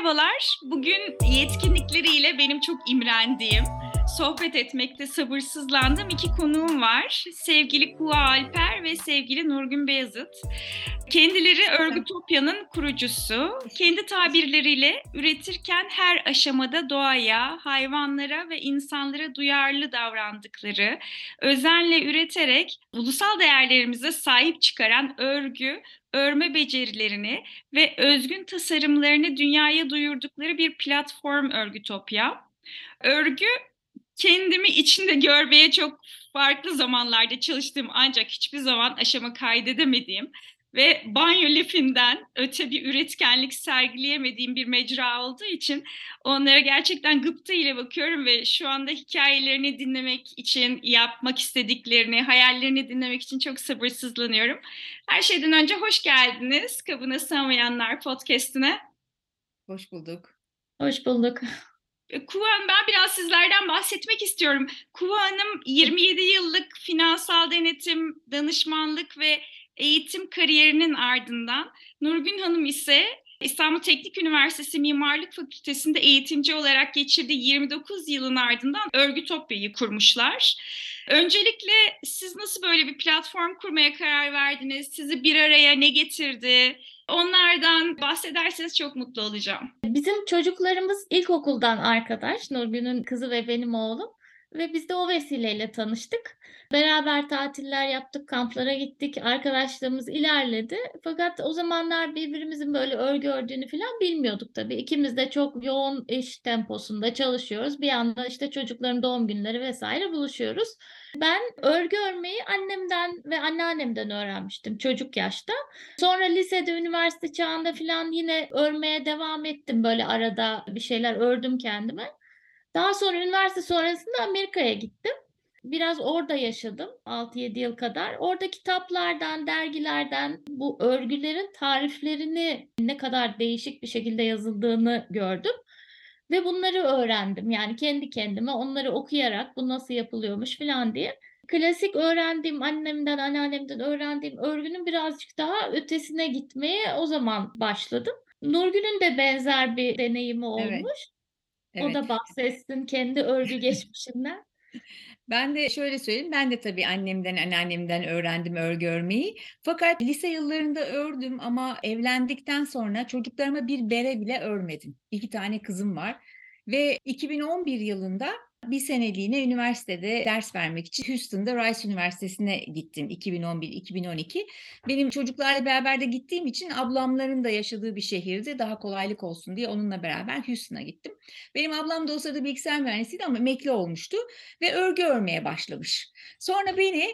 Merhabalar. Bugün yetkinlikleriyle benim çok imrendiğim, sohbet etmekte sabırsızlandığım iki konuğum var. Sevgili Kuva Alper ve sevgili Nurgün Beyazıt. Kendileri Örgütopya'nın kurucusu. Kendi tabirleriyle üretirken her aşamada doğaya, hayvanlara ve insanlara duyarlı davrandıkları, özenle üreterek ulusal değerlerimize sahip çıkaran örme becerilerini ve özgün tasarımlarını dünyaya duyurdukları bir platform Örgütopya. Örgü kendimi içinde görmeye çok farklı zamanlarda çalıştığım ancak hiçbir zaman aşama kaydedemediğim ve banyo lifinden öte bir üretkenlik sergileyemediğim bir mecra olduğu için onlara gerçekten gıpta ile bakıyorum ve şu anda hikayelerini dinlemek için, yapmak istediklerini, hayallerini dinlemek için çok sabırsızlanıyorum. Her şeyden önce hoş geldiniz Kabına Sığamayanlar podcast'ine. Hoş bulduk. Hoş bulduk. Kuva Hanım, ben biraz sizlerden bahsetmek istiyorum. Kuva Hanım 27 yıllık finansal denetim, danışmanlık ve eğitim kariyerinin ardından Nurgün Hanım ise İstanbul Teknik Üniversitesi Mimarlık Fakültesi'nde eğitimci olarak geçirdiği 29 yılın ardından Örgütopya'yı kurmuşlar. Öncelikle siz nasıl böyle bir platform kurmaya karar verdiniz? Sizi bir araya ne getirdi? Onlardan bahsederseniz çok mutlu olacağım. Bizim çocuklarımız ilkokuldan arkadaş. Nurgün'ün kızı ve benim oğlum. Ve biz de o vesileyle tanıştık. Beraber tatiller yaptık, kamplara gittik. Arkadaşlığımız ilerledi. Fakat o zamanlar birbirimizin böyle örgü ördüğünü falan bilmiyorduk tabii. İkimiz de çok yoğun iş temposunda çalışıyoruz. Bir anda işte çocukların doğum günleri vesaire buluşuyoruz. Ben örgü örmeyi annemden ve anneannemden öğrenmiştim çocuk yaşta. Sonra lisede, üniversite çağında falan yine örmeye devam ettim. Böyle arada bir şeyler ördüm kendime. Daha sonra üniversite sonrasında Amerika'ya gittim. Biraz orada yaşadım 6-7 yıl kadar. Orada kitaplardan, dergilerden bu örgülerin tariflerini ne kadar değişik bir şekilde yazıldığını gördüm. Ve bunları öğrendim. Yani kendi kendime onları okuyarak bu nasıl yapılıyormuş falan diye. Klasik öğrendiğim, annemden, anneannemden öğrendiğim örgünün birazcık daha ötesine gitmeye o zaman başladım. Nurgül'ün de benzer bir deneyimi Evet, olmuş. O evet. da bahsetsin kendi örgü geçmişinden. Ben de şöyle söyleyeyim, ben de tabii annemden, anneannemden öğrendim örgü örmeyi. Fakat lise yıllarında ördüm ama evlendikten sonra çocuklarıma bir bere bile örmedim. 2 tane kızım var ve 2011 yılında bir seneliğine üniversitede ders vermek için Houston'da Rice Üniversitesi'ne gittim 2011-2012. Benim çocuklarla beraber de gittiğim için ablamların da yaşadığı bir şehirdi. Daha kolaylık olsun diye onunla beraber Houston'a gittim. Benim ablam da o sırada bilgisayar mühendisiydi ama emekli olmuştu ve örgü örmeye başlamış. Sonra beni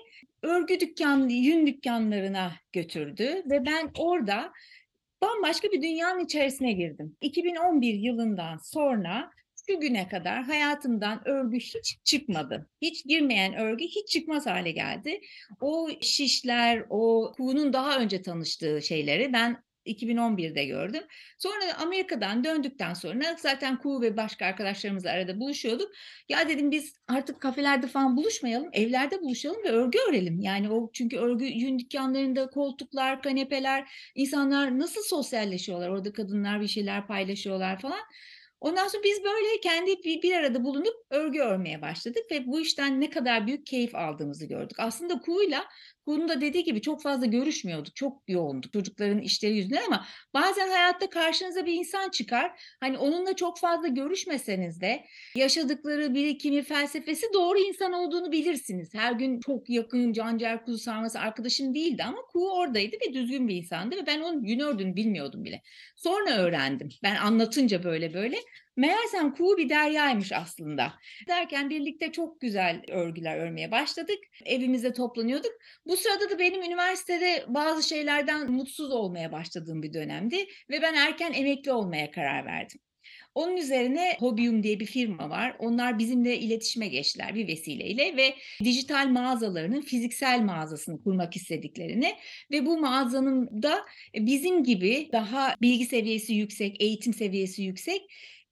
yün dükkanlarına götürdü ve ben orada bambaşka bir dünyanın içerisine girdim. 2011 yılından sonra şu güne kadar hayatımdan örgü hiç çıkmadı. Hiç girmeyen örgü hiç çıkmaz hale geldi. O şişler, o kuğunun daha önce tanıştığı şeyleri ben 2011'de gördüm. Sonra Amerika'dan döndükten sonra zaten kuğu ve başka arkadaşlarımızla arada buluşuyorduk. Ya dedim biz artık kafelerde falan buluşmayalım, evlerde buluşalım ve örgü örelim. Yani o çünkü örgü yün dükkanlarında koltuklar, kanepeler, İnsanlar nasıl sosyalleşiyorlar? Orada kadınlar bir şeyler paylaşıyorlar falan. Ondan sonra biz böyle kendi bir arada bulunup örgü örmeye başladık ve bu işten ne kadar büyük keyif aldığımızı gördük. Aslında Kuğu'nun da dediği gibi çok fazla görüşmüyorduk. Çok yoğunduk çocukların işleri yüzünden ama bazen hayatta karşınıza bir insan çıkar. Hani onunla çok fazla görüşmeseniz de yaşadıkları birikimi, felsefesi doğru insan olduğunu bilirsiniz. Her gün çok yakın, canciğer kuzu sarması arkadaşım değildi ama Kuğu oradaydı ve düzgün bir insandı ve ben onun yün ördüğünü bilmiyordum bile. Sonra öğrendim. Ben anlatınca böyle böyle. Meğersem Kuğu bir deryaymış aslında. Derken birlikte çok güzel örgüler örmeye başladık. Evimizde toplanıyorduk. Bu sırada da benim üniversitede bazı şeylerden mutsuz olmaya başladığım bir dönemdi ve ben erken emekli olmaya karar verdim. Onun üzerine Hobium diye bir firma var. Onlar bizimle iletişime geçtiler bir vesileyle ve dijital mağazalarının fiziksel mağazasını kurmak istediklerini ve bu mağazanın da bizim gibi daha bilgi seviyesi yüksek, eğitim seviyesi yüksek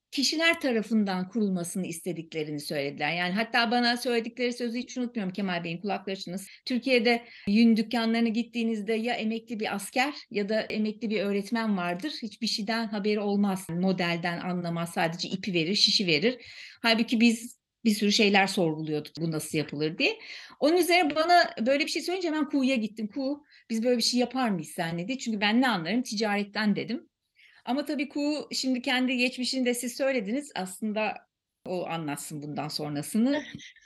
kişiler tarafından kurulmasını istediklerini söylediler. Yani hatta bana söyledikleri sözü hiç unutmuyorum, Kemal Bey'in, kulakları çınlasın. Türkiye'de yün dükkanlarına gittiğinizde ya emekli bir asker ya da emekli bir öğretmen vardır. Hiçbir şeyden haberi olmaz. Modelden anlamaz. Sadece ipi verir, şişi verir. Halbuki biz bir sürü şeyler sorguluyorduk, bu nasıl yapılır diye. Onun üzerine bana böyle bir şey söyleyince hemen Kuğu'ya gittim. Kuğu, biz böyle bir şey yapar mıyız zannedi. Çünkü ben ne anlarım ticaretten dedim. Ama tabii Kuğu şimdi kendi geçmişini de siz söylediniz. Aslında o anlatsın bundan sonrasını.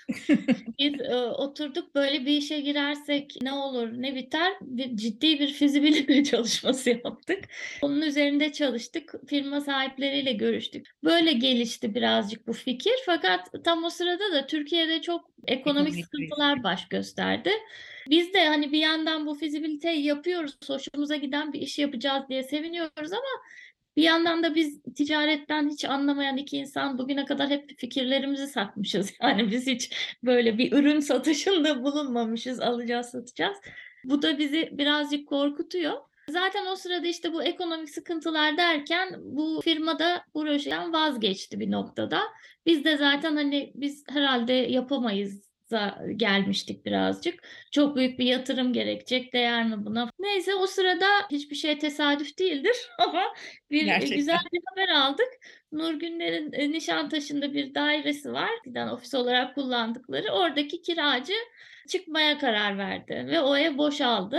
Biz oturduk, böyle bir işe girersek ne olur ne biter, ciddi bir fizibilite çalışması yaptık. Onun üzerinde çalıştık. Firma sahipleriyle görüştük. Böyle gelişti birazcık bu fikir. Fakat tam o sırada da Türkiye'de çok ekonomik Ekonomik kriz. sıkıntılar baş gösterdi. Biz de hani bir yandan bu fizibiliteyi yapıyoruz, hoşumuza giden bir iş yapacağız diye seviniyoruz ama bir yandan da biz ticaretten hiç anlamayan iki insan bugüne kadar hep fikirlerimizi satmışız. Yani biz hiç böyle bir ürün satışında bulunmamışız, alacağız, satacağız. Bu da bizi birazcık korkutuyor. Zaten o sırada işte bu ekonomik sıkıntılar derken bu firma da bu projeden vazgeçti bir noktada. Biz de zaten hani biz herhalde yapamayız gelmiştik birazcık. Çok büyük bir yatırım gerekecek, değer mi buna? Neyse, o sırada hiçbir şey tesadüf değildir ama güzel Gerçekten. bir haber aldık. Nurgünler'in Nişantaşı'nda bir dairesi var. Eskiden ofis olarak kullandıkları. Oradaki kiracı çıkmaya karar verdi ve o ev boşaldı.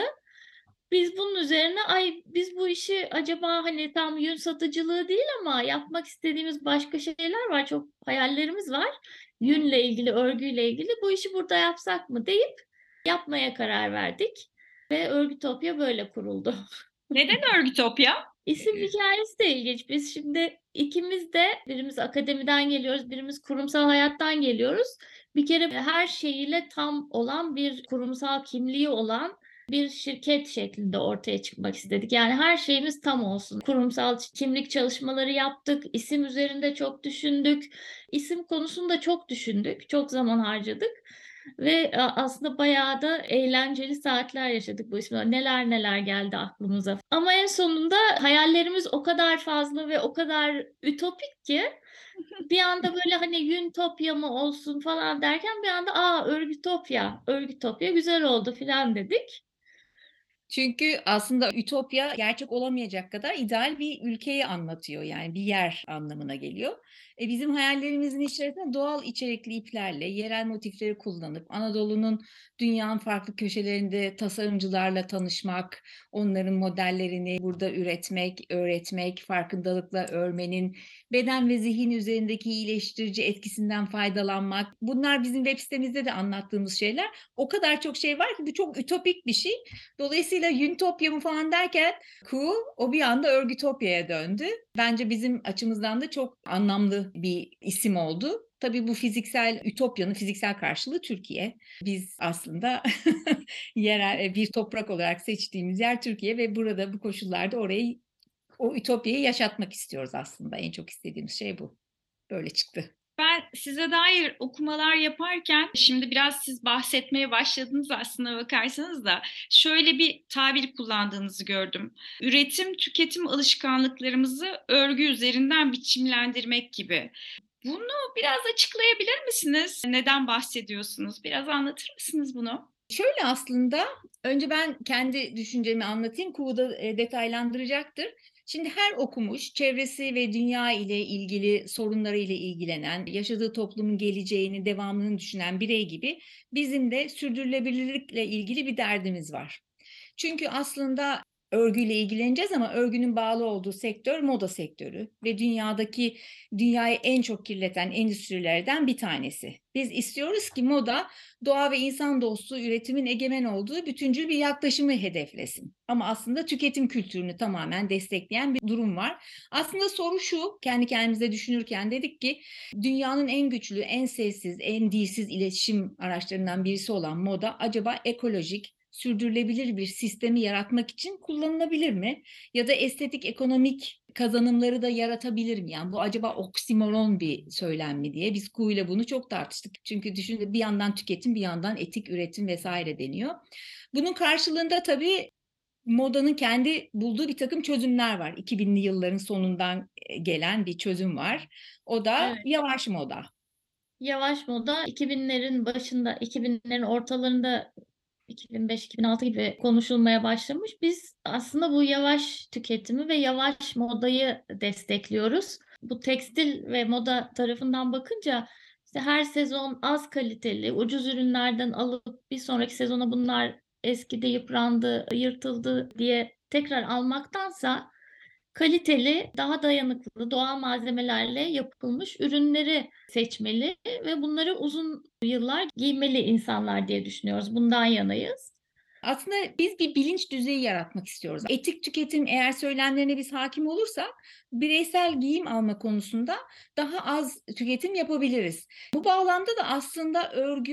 Biz bunun üzerine ay biz bu işi acaba hani tam yün satıcılığı değil ama yapmak istediğimiz başka şeyler var. Çok hayallerimiz var. Yünle ilgili, örgüyle ilgili bu işi burada yapsak mı deyip yapmaya karar verdik. Ve Örgütopya böyle kuruldu. Neden Örgütopya? İsim hikayesi de ilginç. Biz şimdi ikimiz de birimiz akademiden geliyoruz, birimiz kurumsal hayattan geliyoruz. Bir kere her şeyiyle tam olan bir kurumsal kimliği olan bir şirket şeklinde ortaya çıkmak istedik. Yani her şeyimiz tam olsun. Kurumsal kimlik çalışmaları yaptık, isim üzerinde çok düşündük, isim konusunda çok düşündük, çok zaman harcadık. Ve aslında bayağı da eğlenceli saatler yaşadık bu işle. Neler neler geldi aklımıza. Ama en sonunda hayallerimiz o kadar fazla ve o kadar ütopik ki bir anda böyle hani Yüntopya mı olsun falan derken bir anda Örgütopya, Örgütopya güzel oldu filan dedik. Çünkü aslında ütopya gerçek olamayacak kadar ideal bir ülkeyi anlatıyor. Yani bir yer anlamına geliyor. Bizim hayallerimizin içerisinde doğal içerikli iplerle, yerel motifleri kullanıp Anadolu'nun dünyanın farklı köşelerinde tasarımcılarla tanışmak, onların modellerini burada üretmek, öğretmek, farkındalıkla örmenin, beden ve zihin üzerindeki iyileştirici etkisinden faydalanmak. Bunlar bizim web sitemizde de anlattığımız şeyler. O kadar çok şey var ki bu çok ütopik bir şey. Dolayısıyla Yuntopya mı falan derken o bir anda Örgütopya'ya döndü. Bence bizim açımızdan da çok anlamlı bir isim oldu. Tabii bu fiziksel ütopyanın fiziksel karşılığı Türkiye. Biz aslında yerel bir toprak olarak seçtiğimiz yer Türkiye ve burada bu koşullarda orayı, o ütopyayı yaşatmak istiyoruz aslında. En çok istediğimiz şey bu. Böyle çıktı. Ben size dair okumalar yaparken şimdi biraz siz bahsetmeye başladınız aslına bakarsanız da şöyle bir tabir kullandığınızı gördüm. Üretim, tüketim alışkanlıklarımızı örgü üzerinden biçimlendirmek gibi. Bunu biraz açıklayabilir misiniz? Neden bahsediyorsunuz? Biraz anlatır mısınız bunu? Şöyle aslında, önce ben kendi düşüncemi anlatayım, Kuğu da detaylandıracaktır. Şimdi her okumuş, çevresi ve dünya ile ilgili sorunları ile ilgilenen, yaşadığı toplumun geleceğini, devamını düşünen birey gibi bizim de sürdürülebilirlikle ilgili bir derdimiz var. Çünkü aslında örgüyle ilgileneceğiz ama örgünün bağlı olduğu sektör moda sektörü ve dünyayı en çok kirleten endüstrilerden bir tanesi. Biz istiyoruz ki moda doğa ve insan dostu üretimin egemen olduğu bütüncül bir yaklaşımı hedeflesin. Ama aslında tüketim kültürünü tamamen destekleyen bir durum var. Aslında soru şu, kendi kendimize düşünürken dedik ki dünyanın en güçlü, en sessiz, en dilsiz iletişim araçlarından birisi olan moda acaba ekolojik, sürdürülebilir bir sistemi yaratmak için kullanılabilir mi? Ya da estetik, ekonomik kazanımları da yaratabilir mi? Yani bu acaba oksimoron bir söylem mi diye biz Kuğu'yla bunu çok tartıştık. Çünkü düşünün, bir yandan tüketim, bir yandan etik üretim vesaire deniyor. Bunun karşılığında tabii Modanın kendi bulduğu bir takım çözümler var. 2000'li yılların sonundan gelen bir çözüm var. O da Evet. yavaş moda. Yavaş moda 2000'lerin başında, 2000'lerin ortalarında 2005-2006 gibi konuşulmaya başlamış. Biz aslında bu yavaş tüketimi ve yavaş modayı destekliyoruz. Bu tekstil ve moda tarafından bakınca işte her sezon az kaliteli, ucuz ürünlerden alıp bir sonraki sezona bunlar eskidi, yıprandı, yırtıldı diye tekrar almaktansa kaliteli, daha dayanıklı doğal malzemelerle yapılmış ürünleri seçmeli ve bunları uzun yıllar giymeli insanlar diye düşünüyoruz. Bundan yanayız. Aslında biz bir bilinç düzeyi yaratmak istiyoruz. Etik tüketim eğer söylemlerine biz hakim olursak bireysel giyim alma konusunda daha az tüketim yapabiliriz. Bu bağlamda da aslında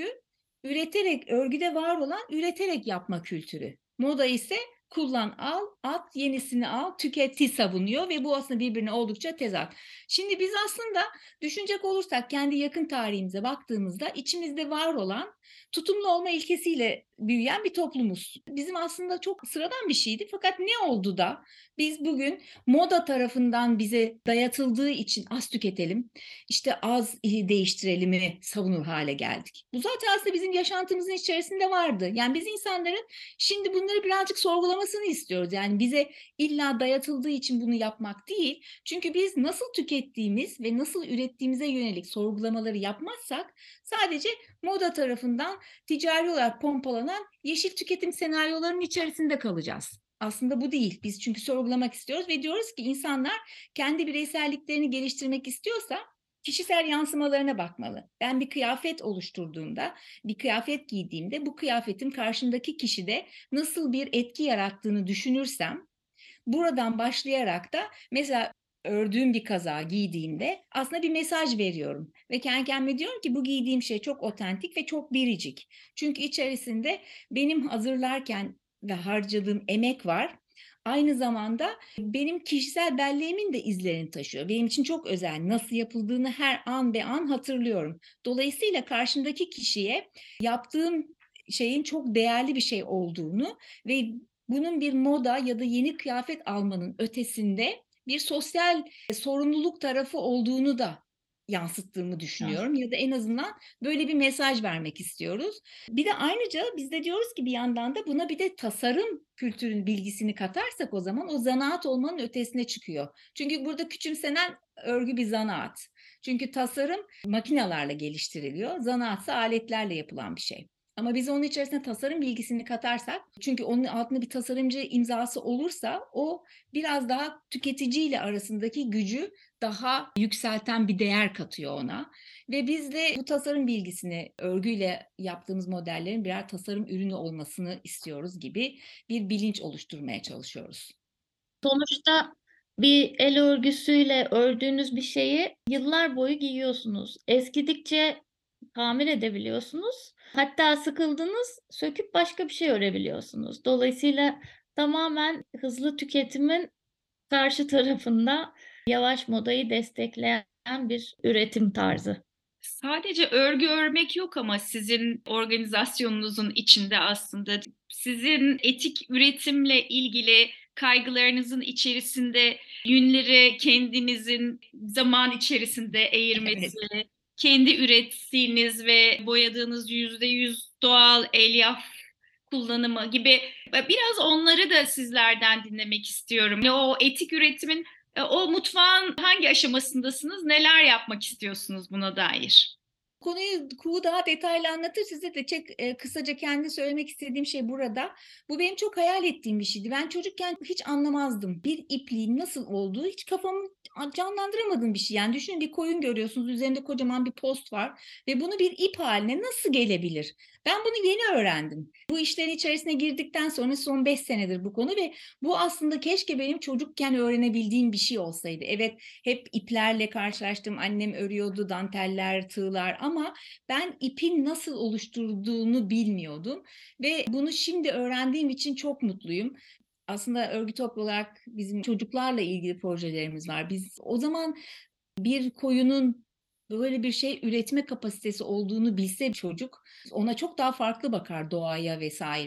örgüde var olan üreterek yapma kültürü. Moda ise kullan al, at, yenisini al, tüketi savunuyor ve bu aslında birbirine oldukça tezat. Şimdi biz aslında düşünecek olursak kendi yakın tarihimize baktığımızda içimizde var olan tutumlu olma ilkesiyle büyüyen bir toplumuz. Bizim aslında çok sıradan bir şeydi fakat ne oldu da biz bugün moda tarafından bize dayatıldığı için az tüketelim, işte az değiştirelim'i savunur hale geldik. Bu zaten aslında bizim yaşantımızın içerisinde vardı. Yani biz insanların şimdi bunları birazcık sorgulamasını istiyoruz. Yani bize illa dayatıldığı için bunu yapmak değil. Çünkü biz nasıl tükettiğimiz ve nasıl ürettiğimize yönelik sorgulamaları yapmazsak sadece moda tarafından ticari olarak pompalanan yeşil tüketim senaryolarının içerisinde kalacağız. Aslında bu değil. Biz çünkü sorgulamak istiyoruz ve diyoruz ki insanlar kendi bireyselliklerini geliştirmek istiyorsa kişisel yansımalarına bakmalı. Ben bir kıyafet oluşturduğumda, bir kıyafet giydiğimde bu kıyafetin karşımdaki kişide nasıl bir etki yarattığını düşünürsem, buradan başlayarak da mesela ördüğüm bir kazağı giydiğimde aslında bir mesaj veriyorum. Ve kendi kendime diyorum ki bu giydiğim şey çok otentik ve çok biricik. Çünkü içerisinde benim hazırlarken ve harcadığım emek var. Aynı zamanda benim kişisel belleğimin de izlerini taşıyor. Benim için çok özel. Nasıl yapıldığını her an be an hatırlıyorum. Dolayısıyla karşımdaki kişiye yaptığım şeyin çok değerli bir şey olduğunu ve bunun bir moda ya da yeni kıyafet almanın ötesinde bir sosyal sorumluluk tarafı olduğunu da yansıttığımı düşünüyorum ya da en azından böyle bir mesaj vermek istiyoruz. Bir de ayrıca biz de diyoruz ki bir yandan da buna bir de tasarım kültürün bilgisini katarsak o zaman o zanaat olmanın ötesine çıkıyor. Çünkü burada küçümsenen örgü bir zanaat. Çünkü tasarım makinelerle geliştiriliyor, zanaatsa aletlerle yapılan bir şey. Ama biz onun içerisine tasarım bilgisini katarsak, çünkü onun altında bir tasarımcı imzası olursa o biraz daha tüketiciyle arasındaki gücü daha yükselten bir değer katıyor ona. Ve biz de bu tasarım bilgisini örgüyle yaptığımız modellerin birer tasarım ürünü olmasını istiyoruz gibi bir bilinç oluşturmaya çalışıyoruz. Sonuçta bir el örgüsüyle ördüğünüz bir şeyi yıllar boyu giyiyorsunuz. Eskidikçe tamir edebiliyorsunuz. Hatta sıkıldınız, söküp başka bir şey örebiliyorsunuz. Dolayısıyla tamamen hızlı tüketimin karşı tarafında yavaş modayı destekleyen bir üretim tarzı. Sadece örgü örmek yok ama sizin organizasyonunuzun içinde aslında sizin etik üretimle ilgili kaygılarınızın içerisinde yünleri kendinizin zaman içerisinde eğirmesi, Evet. kendi ürettiğiniz ve boyadığınız %100 doğal elyaf kullanımı gibi biraz onları da sizlerden dinlemek istiyorum. O etik üretimin o mutfağın hangi aşamasındasınız? Neler yapmak istiyorsunuz buna dair? Konuyu daha detaylı anlatır size de kısaca kendi söylemek istediğim şey burada. Bu benim çok hayal ettiğim bir şeydi. Ben çocukken hiç anlamazdım. Bir ipliğin nasıl olduğu hiç kafamı canlandıramadığım bir şey. Yani düşünün bir koyun görüyorsunuz üzerinde kocaman bir post var ve bunu bir ip haline nasıl gelebilir? Ben bunu yeni öğrendim. Bu işlerin içerisine girdikten sonra son 5 senedir bu konu ve bu aslında keşke benim çocukken öğrenebildiğim bir şey olsaydı. Evet, hep iplerle karşılaştım. Annem örüyordu, danteller, tığlar ama ben ipin nasıl oluşturduğunu bilmiyordum ve bunu şimdi öğrendiğim için çok mutluyum. Aslında örgü toplu olarak bizim çocuklarla ilgili projelerimiz var. Biz o zaman bir koyunun böyle bir şey üretme kapasitesi olduğunu bilse çocuk ona çok daha farklı bakar doğaya vesaire.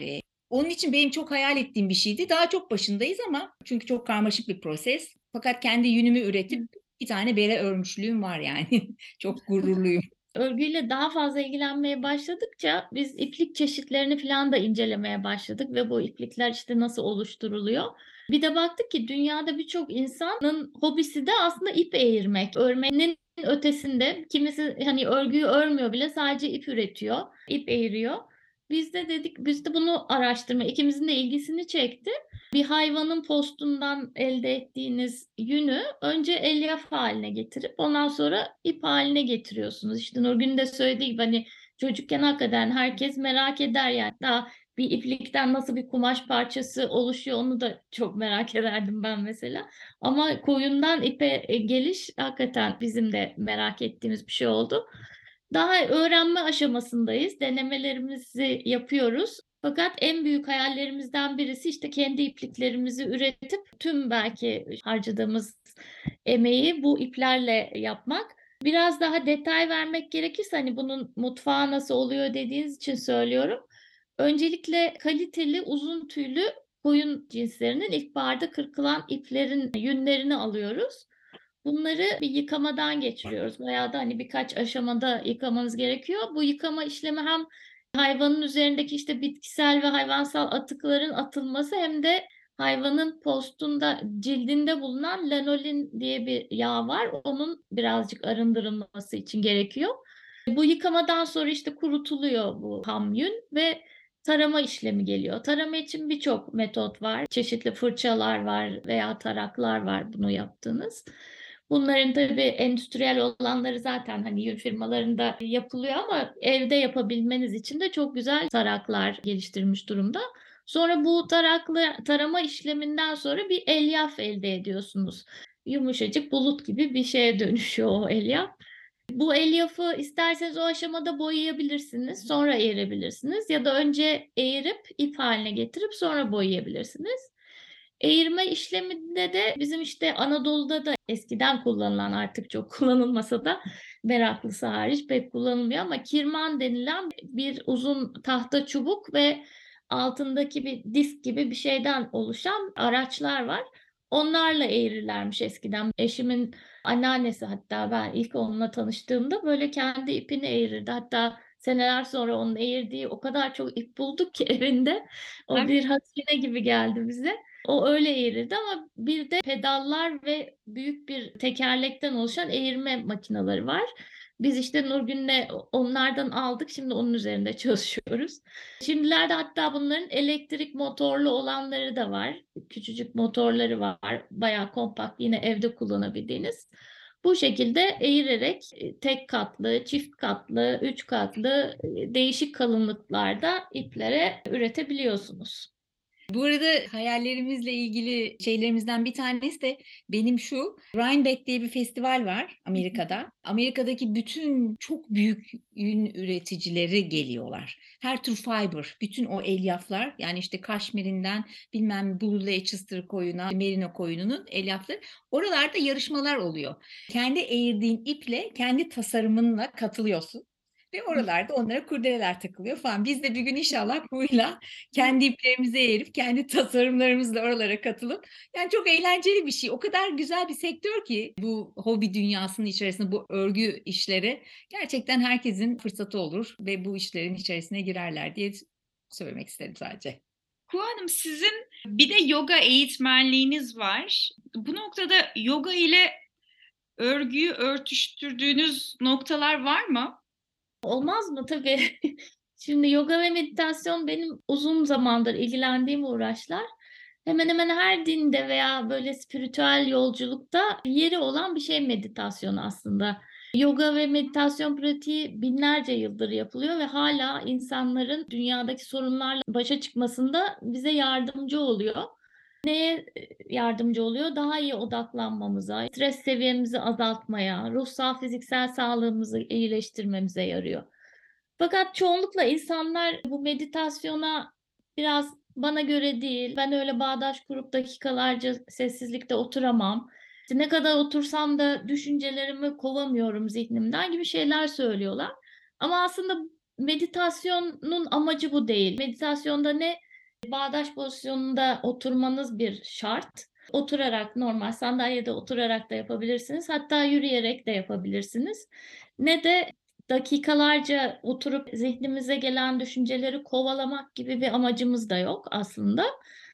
Onun için benim çok hayal ettiğim bir şeydi. Daha çok başındayız ama çünkü çok karmaşık bir proses. Fakat kendi yünümü üretip bir tane bere örmüşlüğüm var yani. Çok gururluyum. Örgüyle daha fazla ilgilenmeye başladıkça biz iplik çeşitlerini falan da incelemeye başladık ve bu iplikler işte nasıl oluşturuluyor. Bir de baktık ki dünyada birçok insanın hobisi de aslında ip eğirmek. Örmenin ötesinde kimisi hani örgüyü örmüyor bile, sadece ip üretiyor, ip eğiriyor. Biz de dedik, biz de bunu araştırma, ikimizin de ilgisini çekti. Bir hayvanın postundan elde ettiğiniz yünü önce elyaf haline getirip ondan sonra ip haline getiriyorsunuz. İşte Nurgül'ün de söylediği gibi hani çocukken hakikaten herkes merak eder yani. Daha bir iplikten nasıl bir kumaş parçası oluşuyor onu da çok merak ederdim ben mesela. Ama koyundan ipe geliş hakikaten bizim de merak ettiğimiz bir şey oldu. Daha öğrenme aşamasındayız. Denemelerimizi yapıyoruz. Fakat en büyük hayallerimizden birisi işte kendi ipliklerimizi üretip tüm belki harcadığımız emeği bu iplerle yapmak. Biraz daha detay vermek gerekirse hani bunun mutfağı nasıl oluyor dediğiniz için söylüyorum. Öncelikle kaliteli uzun tüylü koyun cinslerinin ilkbaharda kırkılan iplerin yünlerini alıyoruz. Bunları bir yıkamadan geçiriyoruz. Bayağı da hani birkaç aşamada yıkamanız gerekiyor. Bu yıkama işlemi hem hayvanın üzerindeki işte bitkisel ve hayvansal atıkların atılması hem de hayvanın postunda, cildinde bulunan lanolin diye bir yağ var. Onun birazcık arındırılması için gerekiyor. Bu yıkamadan sonra işte kurutuluyor bu ham yün ve tarama işlemi geliyor. Tarama için birçok metot var. Çeşitli fırçalar var veya taraklar var bunu yaptığınız. Bunların tabii endüstriyel olanları zaten hani yün firmalarında yapılıyor ama evde yapabilmeniz için de çok güzel taraklar geliştirmiş durumda. Sonra bu tarama işleminden sonra bir elyaf elde ediyorsunuz. Yumuşacık bulut gibi bir şeye dönüşüyor o elyaf. Bu elyafı isterseniz o aşamada boyayabilirsiniz, sonra eğirebilirsiniz ya da önce eğirip ip haline getirip sonra boyayabilirsiniz. Eğirme işleminde de bizim işte Anadolu'da da eskiden kullanılan, artık çok kullanılmasa da meraklısı hariç pek kullanılmıyor ama kirman denilen bir uzun tahta çubuk ve altındaki bir disk gibi bir şeyden oluşan araçlar var. Onlarla eğirirlermiş eskiden. Eşimin anneannesi, hatta ben ilk onunla tanıştığımda böyle kendi ipini eğirirdi. Hatta seneler sonra onun eğirdiği o kadar çok ip bulduk ki evinde. O bir hazine gibi geldi bize. O öyle eğirirdi ama bir de pedallar ve büyük bir tekerlekten oluşan eğirme makineleri var. Biz işte Nurgün'le onlardan aldık. Şimdi onun üzerinde çalışıyoruz. Şimdilerde hatta bunların elektrik motorlu olanları da var. Küçücük motorları var. Bayağı kompakt, yine evde kullanabildiğiniz. Bu şekilde eğirerek tek katlı, çift katlı, üç katlı değişik kalınlıklarda iplere üretebiliyorsunuz. Bu arada hayallerimizle ilgili şeylerimizden bir tanesi de benim şu. Rhinebeck diye bir festival var Amerika'da. Amerika'daki bütün çok büyük yün üreticileri geliyorlar. Her tür fiber, bütün o elyaflar, yani işte kaşmirinden bilmem Blue Leicester koyuna, merino koyununun elyafları. Oralarda yarışmalar oluyor. Kendi eğirdiğin iple kendi tasarımınla katılıyorsun. Ve oralarda onlara kurdeleler takılıyor falan. Biz de bir gün inşallah buyla kendi iplerimizi eğirip kendi tasarımlarımızla oralara katılıp, yani çok eğlenceli bir şey. O kadar güzel bir sektör ki bu hobi dünyasının içerisinde bu örgü işleri, gerçekten herkesin fırsatı olur ve bu işlerin içerisine girerler diye söylemek isterim sadece. Kuğu Hanım, sizin bir de yoga eğitmenliğiniz var. Bu noktada yoga ile örgüyü örtüştürdüğünüz noktalar var mı? Olmaz mı? Tabii. Şimdi yoga ve meditasyon benim uzun zamandır ilgilendiğim uğraşlar. Hemen hemen her dinde veya böyle spiritüel yolculukta yeri olan bir şey meditasyon aslında. Yoga ve meditasyon pratiği binlerce yıldır yapılıyor ve hala insanların dünyadaki sorunlarla başa çıkmasında bize yardımcı oluyor. Neye yardımcı oluyor? Daha iyi odaklanmamıza, stres seviyemizi azaltmaya, ruhsal, fiziksel sağlığımızı iyileştirmemize yarıyor. Fakat çoğunlukla insanlar bu meditasyona biraz bana göre değil, ben öyle bağdaş kurup dakikalarca sessizlikte oturamam, İşte ne kadar otursam da düşüncelerimi kovamıyorum zihnimden gibi şeyler söylüyorlar. Ama aslında meditasyonun amacı bu değil. Meditasyonda ne Bağdaş pozisyonunda oturmanız bir şart. Oturarak, normal sandalyede oturarak da yapabilirsiniz. Hatta yürüyerek de yapabilirsiniz. Ne de dakikalarca oturup zihnimize gelen düşünceleri kovalamak gibi bir amacımız da yok aslında.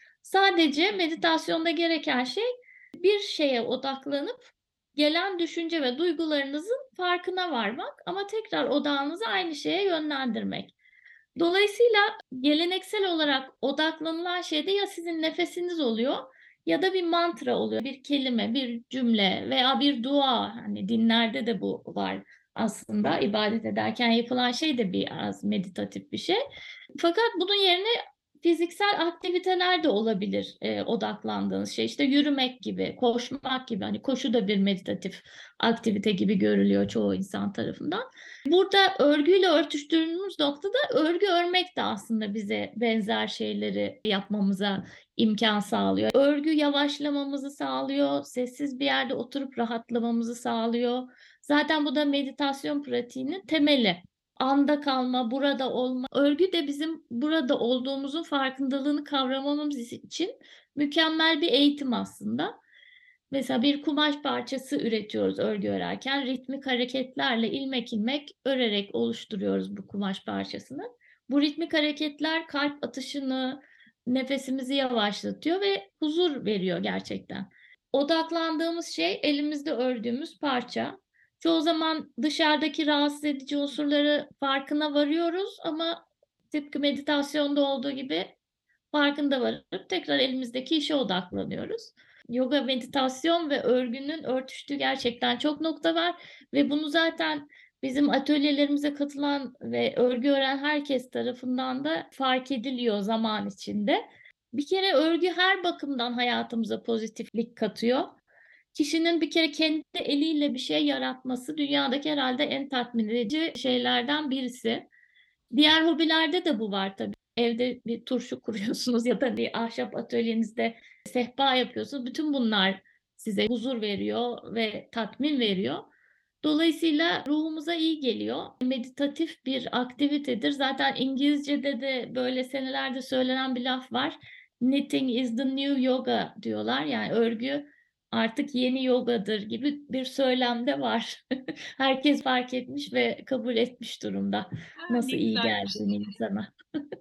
Sadece meditasyonda gereken şey bir şeye odaklanıp gelen düşünce ve duygularınızın farkına varmak ama tekrar odağınızı aynı şeye yönlendirmek. Dolayısıyla geleneksel olarak odaklanılan şey de ya sizin nefesiniz oluyor ya da bir mantra oluyor. Bir kelime, bir cümle veya bir dua. Hani dinlerde de bu var aslında. İbadet ederken yapılan şey de biraz meditatif bir şey. Fakat bunun yerine fiziksel aktiviteler de olabilir odaklandığınız şey. İşte yürümek gibi, koşmak gibi. Hani koşu da bir meditatif aktivite gibi görülüyor çoğu insan tarafından. Burada örgüyle örtüştürdüğümüz noktada örgü örmek de aslında bize benzer şeyleri yapmamıza imkan sağlıyor. Örgü yavaşlamamızı sağlıyor, sessiz bir yerde oturup rahatlamamızı sağlıyor. Zaten bu da meditasyon pratiğinin temeli. Anda kalma, burada olma. Örgü de bizim burada olduğumuzun farkındalığını kavramamız için mükemmel bir eğitim aslında. Mesela bir kumaş parçası üretiyoruz örgü örerken. Ritmik hareketlerle ilmek ilmek örerek oluşturuyoruz bu kumaş parçasını. Bu ritmik hareketler kalp atışını, nefesimizi yavaşlatıyor ve huzur veriyor gerçekten. Odaklandığımız şey elimizde ördüğümüz parça. Çoğu zaman dışarıdaki rahatsız edici unsurları farkına varıyoruz ama tıpkı meditasyonda olduğu gibi farkında varıp tekrar elimizdeki işe odaklanıyoruz. Yoga, meditasyon ve örgünün örtüştüğü gerçekten çok nokta var ve bunu zaten bizim atölyelerimize katılan ve örgü öğren herkes tarafından da fark ediliyor zaman içinde. Bir kere örgü her bakımdan hayatımıza pozitiflik katıyor. Kişinin bir kere kendi eliyle bir şey yaratması dünyadaki herhalde en tatmin edici şeylerden birisi. Diğer hobilerde de bu var tabii. Evde bir turşu kuruyorsunuz ya da bir ahşap atölyenizde sehpa yapıyorsunuz. Bütün bunlar size huzur veriyor ve tatmin veriyor. Dolayısıyla ruhumuza iyi geliyor. Meditatif bir aktivitedir. Zaten İngilizce'de de böyle senelerde söylenen bir laf var. Knitting is the new yoga diyorlar. Yani örgü artık yeni yogadır gibi bir söylem de var. Herkes fark etmiş ve kabul etmiş durumda. Nasıl Ne iyi güzelmiş. geldiğini insana.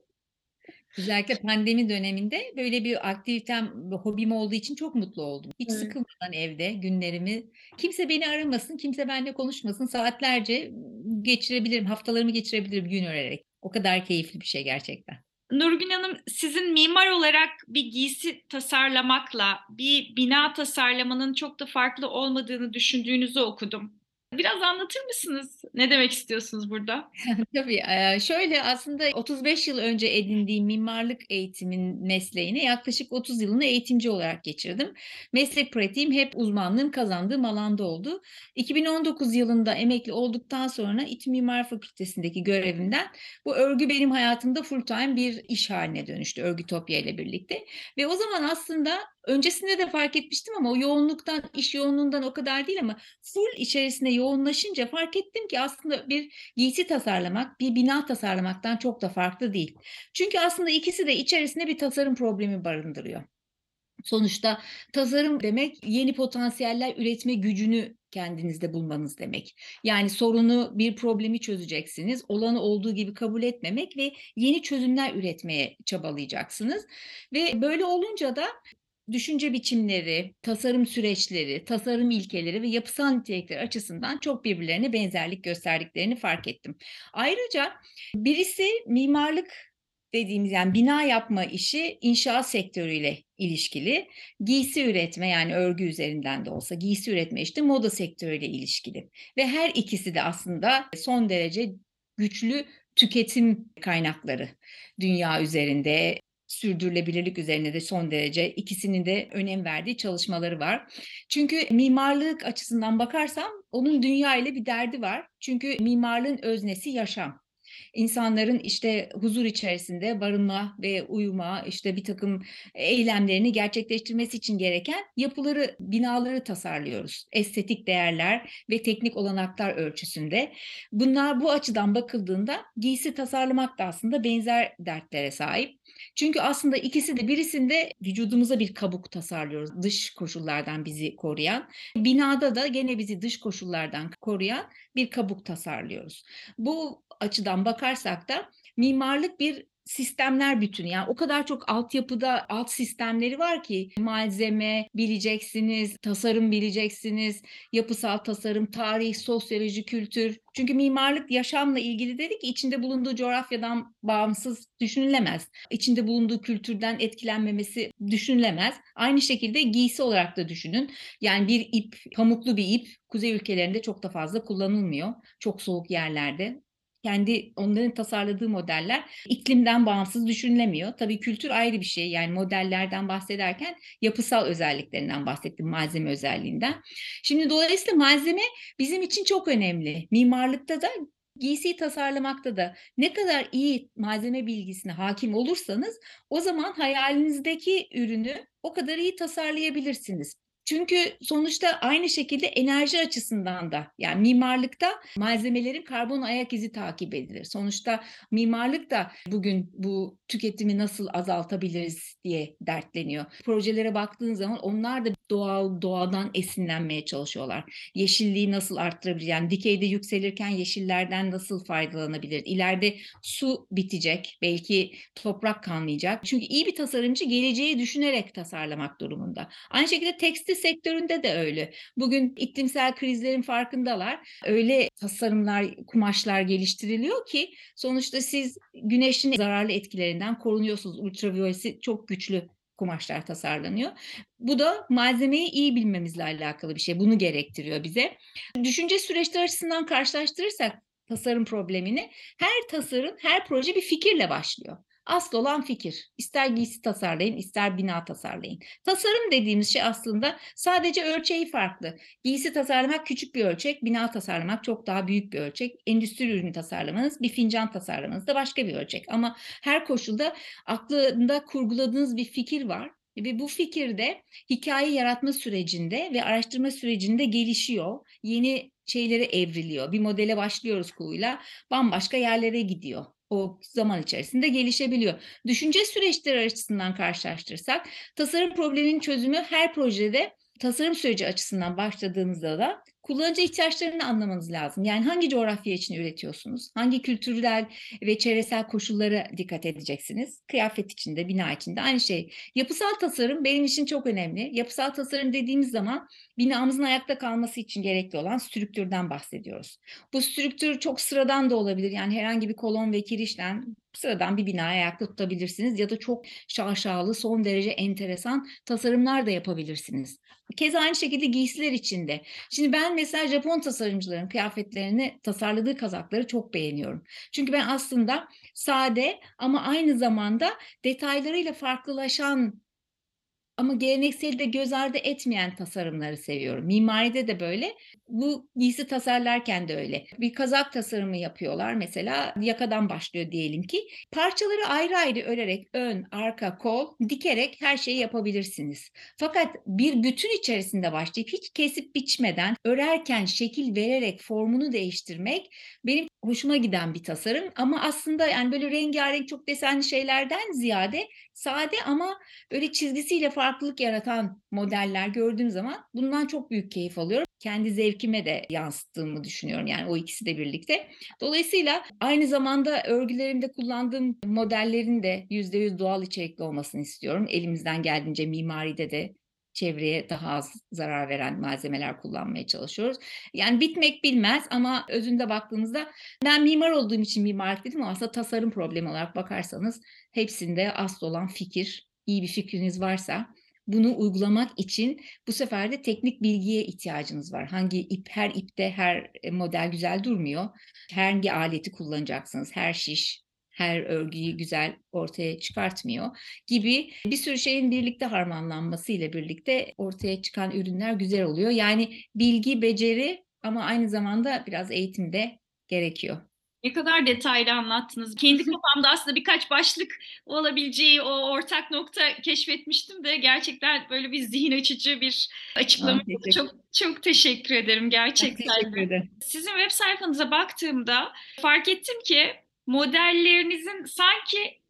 Özellikle pandemi döneminde böyle bir aktivitem, hobim olduğu için çok mutlu oldum. Hiç Evet. sıkılmadan evde günlerimi, kimse beni aramasın, kimse benimle konuşmasın, saatlerce geçirebilirim, haftalarımı geçirebilirim gün örerek. O kadar keyifli bir şey gerçekten. Nurgün Hanım, sizin mimar olarak bir giysi tasarlamakla bir bina tasarlamanın çok da farklı olmadığını düşündüğünüzü okudum. Biraz anlatır mısınız? Ne demek istiyorsunuz burada? Tabii, şöyle aslında 35 yıl önce edindiğim mimarlık eğitimin mesleğini yaklaşık 30 yılını eğitimci olarak geçirdim. Meslek pratiğim hep uzmanlığım kazandığım alanda oldu. 2019 yılında emekli olduktan sonra İTÜ Mimar Fakültesi'ndeki görevimden bu örgü benim hayatımda full time bir iş haline dönüştü Örgütopya ile birlikte. Ve o zaman aslında öncesinde de fark etmiştim ama o yoğunluktan, iş yoğunluğundan o kadar değil ama full içerisine yoğunlaşınca fark ettim ki aslında bir giysi tasarlamak bir bina tasarlamaktan çok da farklı değil. Çünkü aslında ikisi de içerisinde bir tasarım problemi barındırıyor. Sonuçta tasarım demek yeni potansiyeller üretme gücünü kendinizde bulmanız demek. Yani sorunu, bir problemi çözeceksiniz. Olanı olduğu gibi kabul etmemek ve yeni çözümler üretmeye çabalayacaksınız. Ve böyle olunca da düşünce biçimleri, tasarım süreçleri, tasarım ilkeleri ve yapısal nitelikleri açısından çok birbirlerine benzerlik gösterdiklerini fark ettim. Ayrıca birisi mimarlık dediğimiz yani bina yapma işi inşaat sektörüyle ilişkili, giysi üretme yani örgü üzerinden de olsa giysi üretme işte moda sektörüyle ilişkili ve her ikisi de aslında son derece güçlü tüketim kaynakları dünya üzerinde sürdürülebilirlik üzerine de son derece ikisinin de önem verdiği çalışmaları var. Çünkü mimarlık açısından bakarsam onun dünya ile bir derdi var. Çünkü mimarlığın öznesi yaşam. İnsanların işte huzur içerisinde barınma ve uyuma, işte bir takım eylemlerini gerçekleştirmesi için gereken yapıları, binaları tasarlıyoruz. Estetik değerler ve teknik olanaklar ölçüsünde. Bunlar bu açıdan bakıldığında giysi tasarlamak da aslında benzer dertlere sahip. Çünkü aslında ikisi de, birisinde vücudumuza bir kabuk tasarlıyoruz, dış koşullardan bizi koruyan. Binada da gene bizi dış koşullardan koruyan bir kabuk tasarlıyoruz. Bu açıdan bakarsak da mimarlık bir sistemler bütünü. Yani o kadar çok altyapıda alt sistemleri var ki, malzeme bileceksiniz, tasarım bileceksiniz, yapısal tasarım, tarih, sosyoloji, kültür. Çünkü mimarlık yaşamla ilgili dedik ki içinde bulunduğu coğrafyadan bağımsız düşünülemez. İçinde bulunduğu kültürden etkilenmemesi düşünülemez. Aynı şekilde giysi olarak da düşünün. Yani bir ip, pamuklu bir ip kuzey ülkelerinde çok da fazla kullanılmıyor. Çok soğuk yerlerde. Onların tasarladığı modeller iklimden bağımsız düşünülemiyor. Tabii kültür ayrı bir şey. Yani modellerden bahsederken yapısal özelliklerinden bahsettim, malzeme özelliğinden. Şimdi dolayısıyla malzeme bizim için çok önemli. Mimarlıkta da, giysiyi tasarlamakta da ne kadar iyi malzeme bilgisine hakim olursanız o zaman hayalinizdeki ürünü o kadar iyi tasarlayabilirsiniz. Çünkü sonuçta aynı şekilde enerji açısından da, yani mimarlıkta malzemelerin karbon ayak izi takip edilir. Sonuçta mimarlık da bugün bu tüketimi nasıl azaltabiliriz diye dertleniyor. Projelere baktığın zaman onlar da doğadan esinlenmeye çalışıyorlar. Yeşilliği nasıl arttırabilir? Yani dikeyde yükselirken yeşillerden nasıl faydalanabilir? İleride su bitecek, belki toprak kalmayacak. Çünkü iyi bir tasarımcı geleceği düşünerek tasarlamak durumunda. Aynı şekilde tekstil sektöründe de öyle. Bugün iklimsel krizlerin farkındalar. Öyle tasarımlar, kumaşlar geliştiriliyor ki sonuçta siz güneşin zararlı etkilerinden korunuyorsunuz. Ultraviyolesi çok güçlü kumaşlar tasarlanıyor. Bu da malzemeyi iyi bilmemizle alakalı bir şey. Bunu gerektiriyor bize. Düşünce süreçleri açısından karşılaştırırsak tasarım problemini, her tasarım, her proje bir fikirle başlıyor. Asıl olan fikir. İster giysi tasarlayın, ister bina tasarlayın. Tasarım dediğimiz şey aslında sadece ölçeği farklı. Giysi tasarlamak küçük bir ölçek, bina tasarlamak çok daha büyük bir ölçek. Endüstri ürünü tasarlamanız, bir fincan tasarlamanız da başka bir ölçek. Ama her koşulda aklında kurguladığınız bir fikir var. Ve bu fikir de hikaye yaratma sürecinde ve araştırma sürecinde gelişiyor. Yeni şeylere evriliyor. Bir modele başlıyoruz Kuğu'yla, bambaşka yerlere gidiyor. O zaman içerisinde gelişebiliyor. Düşünce süreçleri açısından karşılaştırırsak, tasarım probleminin çözümü her projede tasarım süreci açısından başladığınızda da kullanıcı ihtiyaçlarını anlamanız lazım. Yani hangi coğrafya için üretiyorsunuz? Hangi kültürel ve çevresel koşullara dikkat edeceksiniz? Kıyafet içinde, bina içinde aynı şey. Yapısal tasarım benim için çok önemli. Yapısal tasarım dediğimiz zaman binamızın ayakta kalması için gerekli olan strüktürden bahsediyoruz. Bu strüktür çok sıradan da olabilir. Yani herhangi bir kolon ve kirişten sıradan bir binayı ayakta tutabilirsiniz ya da çok şaşalı, son derece enteresan tasarımlar da yapabilirsiniz. Keza aynı şekilde giysiler içinde. Şimdi ben mesela Japon tasarımcıların kıyafetlerini, tasarladığı kazakları çok beğeniyorum. Çünkü ben aslında sade ama aynı zamanda detaylarıyla farklılaşan ama gelenekseli de göz ardı etmeyen tasarımları seviyorum. Mimaride de böyle. Bu giysi tasarlarken de öyle. Bir kazak tasarımı yapıyorlar mesela. Yakadan başlıyor diyelim ki. Parçaları ayrı ayrı örerek ön, arka, kol dikerek her şeyi yapabilirsiniz. Fakat bir bütün içerisinde başlayıp hiç kesip biçmeden örerken şekil vererek formunu değiştirmek benim hoşuma giden bir tasarım. Ama aslında yani böyle rengarenk çok desenli şeylerden ziyade sade ama böyle çizgisiyle farklılık yaratan modeller gördüğüm zaman bundan çok büyük keyif alıyorum. Kendi zevkime de yansıttığımı düşünüyorum, yani o ikisi de birlikte. Dolayısıyla aynı zamanda örgülerimde kullandığım modellerin de %100 doğal içerikli olmasını istiyorum. Elimizden geldiğince mimaride de çevreye daha az zarar veren malzemeler kullanmaya çalışıyoruz. Yani bitmek bilmez ama özünde baktığımızda, ben mimar olduğum için mimarlık dedim ama aslında tasarım problemi olarak bakarsanız hepsinde asıl olan fikir. İyi bir fikriniz varsa bunu uygulamak için bu sefer de teknik bilgiye ihtiyacınız var. Her ipte her model güzel durmuyor. Hangi aleti kullanacaksınız? Her şiş, her örgüyü güzel ortaya çıkartmıyor gibi bir sürü şeyin birlikte harmanlanması ile birlikte ortaya çıkan ürünler güzel oluyor. Yani bilgi, beceri ama aynı zamanda biraz eğitim de gerekiyor. Ne kadar detaylı anlattınız. Kendi kafamda aslında birkaç başlık olabileceği o ortak nokta keşfetmiştim de gerçekten böyle bir zihin açıcı bir açıklama oldu. Çok çok teşekkür ederim gerçekten. Teşekkür ederim. Sizin web sayfanıza baktığımda fark ettim ki modellerinizin sanki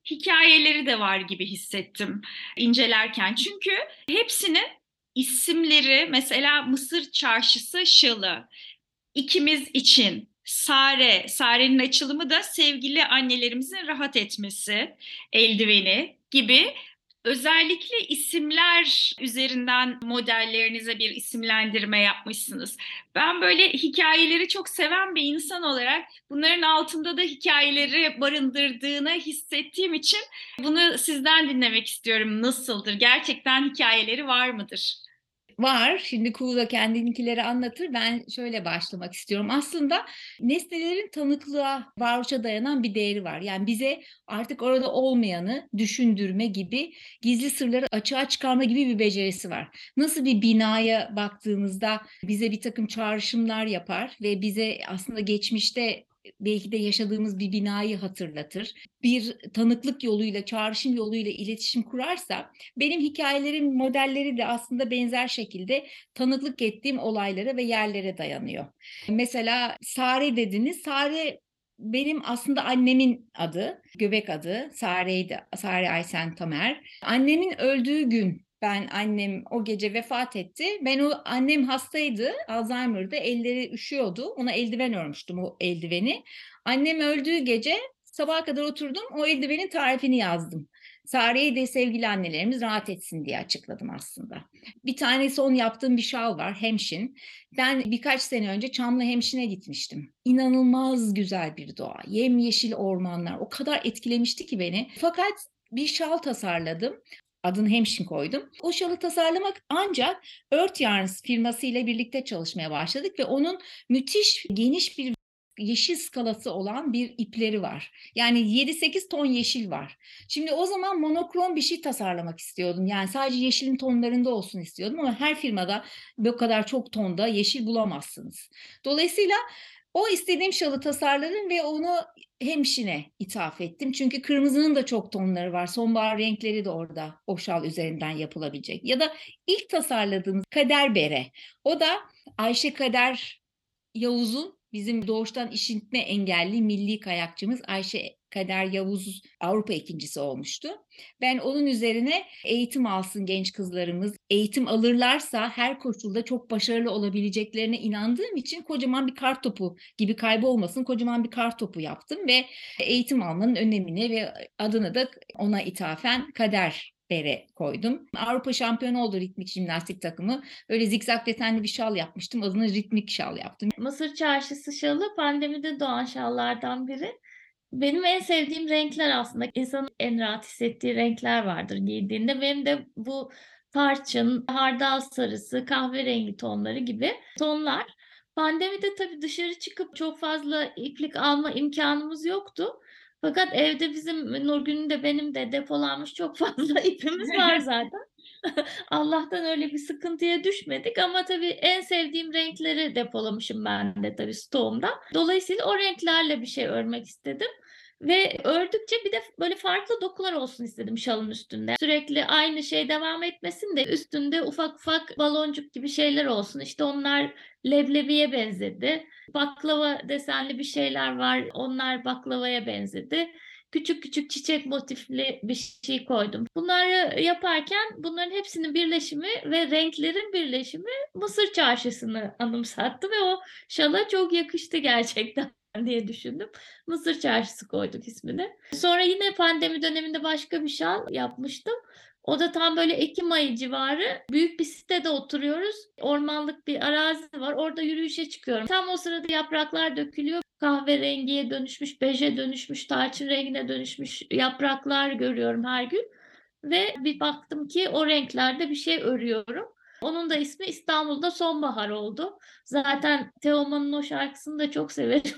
hikayeleri de var gibi hissettim incelerken. Çünkü hepsinin isimleri, mesela Mısır Çarşısı şalı, İkimiz için Sare, Sare'nin açılımı da sevgili annelerimizin rahat etmesi, eldiveni gibi özellikle isimler üzerinden modellerinize bir isimlendirme yapmışsınız. Ben böyle hikayeleri çok seven bir insan olarak bunların altında da hikayeleri barındırdığını hissettiğim için bunu sizden dinlemek istiyorum. Nasıldır? Gerçekten hikayeleri var mıdır? Var. Şimdi Kuğu da kendininkileri anlatır. Ben şöyle başlamak istiyorum. Aslında nesnelerin tanıklığa, varoluşa dayanan bir değeri var. Yani bize artık orada olmayanı düşündürme gibi, gizli sırları açığa çıkarma gibi bir becerisi var. Nasıl bir binaya baktığımızda bize bir takım çağrışımlar yapar ve bize aslında geçmişte belki de yaşadığımız bir binayı hatırlatır. Bir tanıklık yoluyla, çağrışım yoluyla iletişim kurarsa, benim hikayelerim, modelleri de aslında benzer şekilde tanıklık ettiğim olaylara ve yerlere dayanıyor. Mesela Sare dediniz. Sare benim aslında annemin adı, göbek adı. Sare'ydi. Sare Aysen Tamer. Annemin öldüğü gün annem o gece vefat etti. Annem hastaydı, Alzheimer'dı, elleri üşüyordu. Ona eldiven örmüştüm, o eldiveni. Annem öldüğü gece sabaha kadar oturdum, o eldivenin tarifini yazdım. Sare'yi de sevgili annelerimiz rahat etsin diye açıkladım aslında. Bir tane son yaptığım bir şal var, hemşin. Ben birkaç sene önce Çamlıhemşin'e gitmiştim. İnanılmaz güzel bir doğa, yemyeşil ormanlar, o kadar etkilemişti ki beni. Fakat bir şal tasarladım. Adını Hemşin koydum. O şalı tasarlamak ancak Earth Yarns firması ile birlikte çalışmaya başladık ve onun müthiş geniş bir yeşil skalası olan bir ipleri var. Yani 7-8 ton yeşil var. Şimdi o zaman monokrom bir şey tasarlamak istiyordum. Yani sadece yeşilin tonlarında olsun istiyordum ama her firmada bu kadar çok tonda yeşil bulamazsınız. Dolayısıyla o istediğim şalı tasarladım ve onu hemşine ithaf ettim. Çünkü kırmızının da çok tonları var. Sonbahar renkleri de orada o şal üzerinden yapılabilecek. Ya da ilk tasarladığımız kader bere. O da Ayşe Kader Yavuz'un, bizim doğuştan işitme engelli milli kayakçımız Ayşe Kader Yavuz Avrupa ikincisi olmuştu. Ben onun üzerine eğitim alsın genç kızlarımız, eğitim alırlarsa her koşulda çok başarılı olabileceklerine inandığım için kocaman bir kar topu gibi kaybolmasın, kocaman bir kar topu yaptım ve eğitim almanın önemini ve adını da ona ithafen Kader Bere koydum. Avrupa şampiyonu oldu ritmik jimnastik takımı. Öyle zikzak desenli bir şal yapmıştım. Adını ritmik şal yaptım. Mısır Çarşısı şalı pandemide doğan şallardan biri. Benim en sevdiğim renkler aslında. İnsanın en rahat hissettiği renkler vardır giydiğinde. Benim de bu tarçın, hardal sarısı, kahverengi tonları gibi tonlar. Pandemide tabii dışarı çıkıp çok fazla iplik alma imkanımız yoktu. Fakat evde bizim Nurgül'ün de benim de depolanmış çok fazla ipimiz var zaten. Allah'tan öyle bir sıkıntıya düşmedik ama tabii en sevdiğim renkleri depolamışım ben de tabii stoğumda. Dolayısıyla o renklerle bir şey örmek istedim. Ve ördükçe bir de böyle farklı dokular olsun istedim şalın üstünde. Sürekli aynı şey devam etmesin de üstünde ufak ufak baloncuk gibi şeyler olsun. İşte onlar leblebiye benzedi. Baklava desenli bir şeyler var. Onlar baklavaya benzedi. Küçük küçük çiçek motifli bir şey koydum. Bunları yaparken bunların hepsinin birleşimi ve renklerin birleşimi Mısır Çarşısı'nı anımsattı ve o şala çok yakıştı gerçekten diye düşündüm. Mısır Çarşısı koyduk ismini. Sonra yine pandemi döneminde başka bir şal yapmıştım. O da tam böyle Ekim ayı civarı. Büyük bir sitede oturuyoruz. Ormanlık bir arazi var. Orada yürüyüşe çıkıyorum. Tam o sırada yapraklar dökülüyor. Kahverengiye dönüşmüş, beje dönüşmüş, tarçın rengine dönüşmüş yapraklar görüyorum her gün. Ve bir baktım ki o renklerde bir şey örüyorum. Onun da ismi İstanbul'da Sonbahar oldu. Zaten Teoman'ın o şarkısını da çok severim.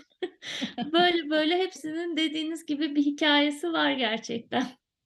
Böyle böyle hepsinin dediğiniz gibi bir hikayesi var gerçekten.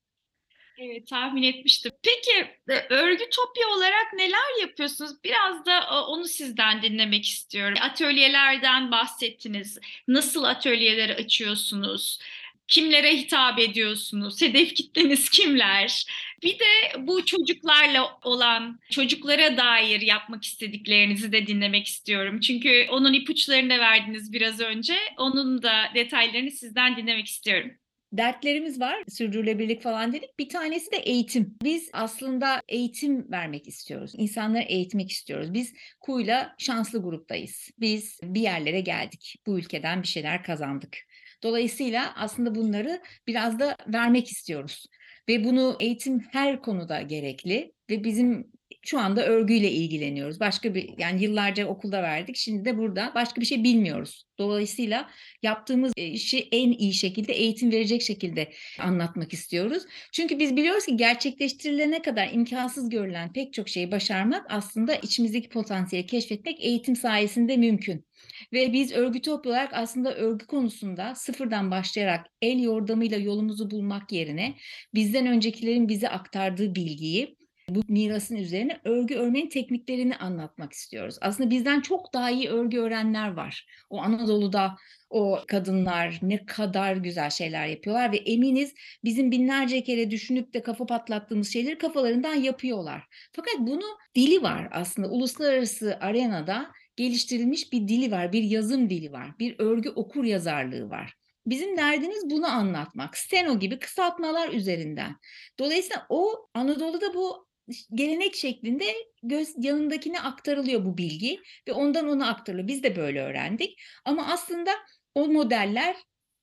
Evet, tahmin etmiştim. Peki, Örgütopya olarak neler yapıyorsunuz? Biraz da onu sizden dinlemek istiyorum. Atölyelerden bahsettiniz. Nasıl atölyeleri açıyorsunuz? Kimlere hitap ediyorsunuz? Hedef kitleniz kimler? Bir de bu çocuklarla olan, çocuklara dair yapmak istediklerinizi de dinlemek istiyorum. Çünkü onun ipuçlarını da verdiniz biraz önce. Onun da detaylarını sizden dinlemek istiyorum. dertlerimiz var. Sürdürülebilirlik falan dedik. Bir tanesi de eğitim. Biz aslında eğitim vermek istiyoruz. İnsanları eğitmek istiyoruz. Biz KU'yla şanslı gruptayız. Biz bir yerlere geldik. Bu ülkeden bir şeyler kazandık. Dolayısıyla aslında bunları biraz da vermek istiyoruz. Ve bunu eğitim her konuda gerekli ve bizim şu anda örgüyle ilgileniyoruz. Başka bir yani yıllarca okulda verdik. Şimdi de burada başka bir şey bilmiyoruz. Dolayısıyla yaptığımız işi en iyi şekilde eğitim verecek şekilde anlatmak istiyoruz. Çünkü biz biliyoruz ki gerçekleştirilene kadar imkansız görülen pek çok şeyi başarmak aslında içimizdeki potansiyeli keşfetmek eğitim sayesinde mümkün. Ve biz Örgütopya olarak aslında örgü konusunda sıfırdan başlayarak el yordamıyla yolumuzu bulmak yerine bizden öncekilerin bize aktardığı bilgiyi bu mirasın üzerine örgü örmenin tekniklerini anlatmak istiyoruz. Aslında bizden çok daha iyi örgü öğrenenler var. O Anadolu'da o kadınlar ne kadar güzel şeyler yapıyorlar ve eminiz bizim binlerce kere düşünüp de kafa patlattığımız şeyleri kafalarından yapıyorlar. Fakat bunun dili var aslında uluslararası arenada geliştirilmiş bir dili var, bir yazım dili var, bir örgü okur yazarlığı var. Bizim derdimiz bunu anlatmak. Steno gibi kısaltmalar üzerinden. Dolayısıyla o Anadolu'da bu gelenek şeklinde yanındakine aktarılıyor bu bilgi ve ondan ona aktarılıyor. Biz de böyle öğrendik. Ama aslında o modeller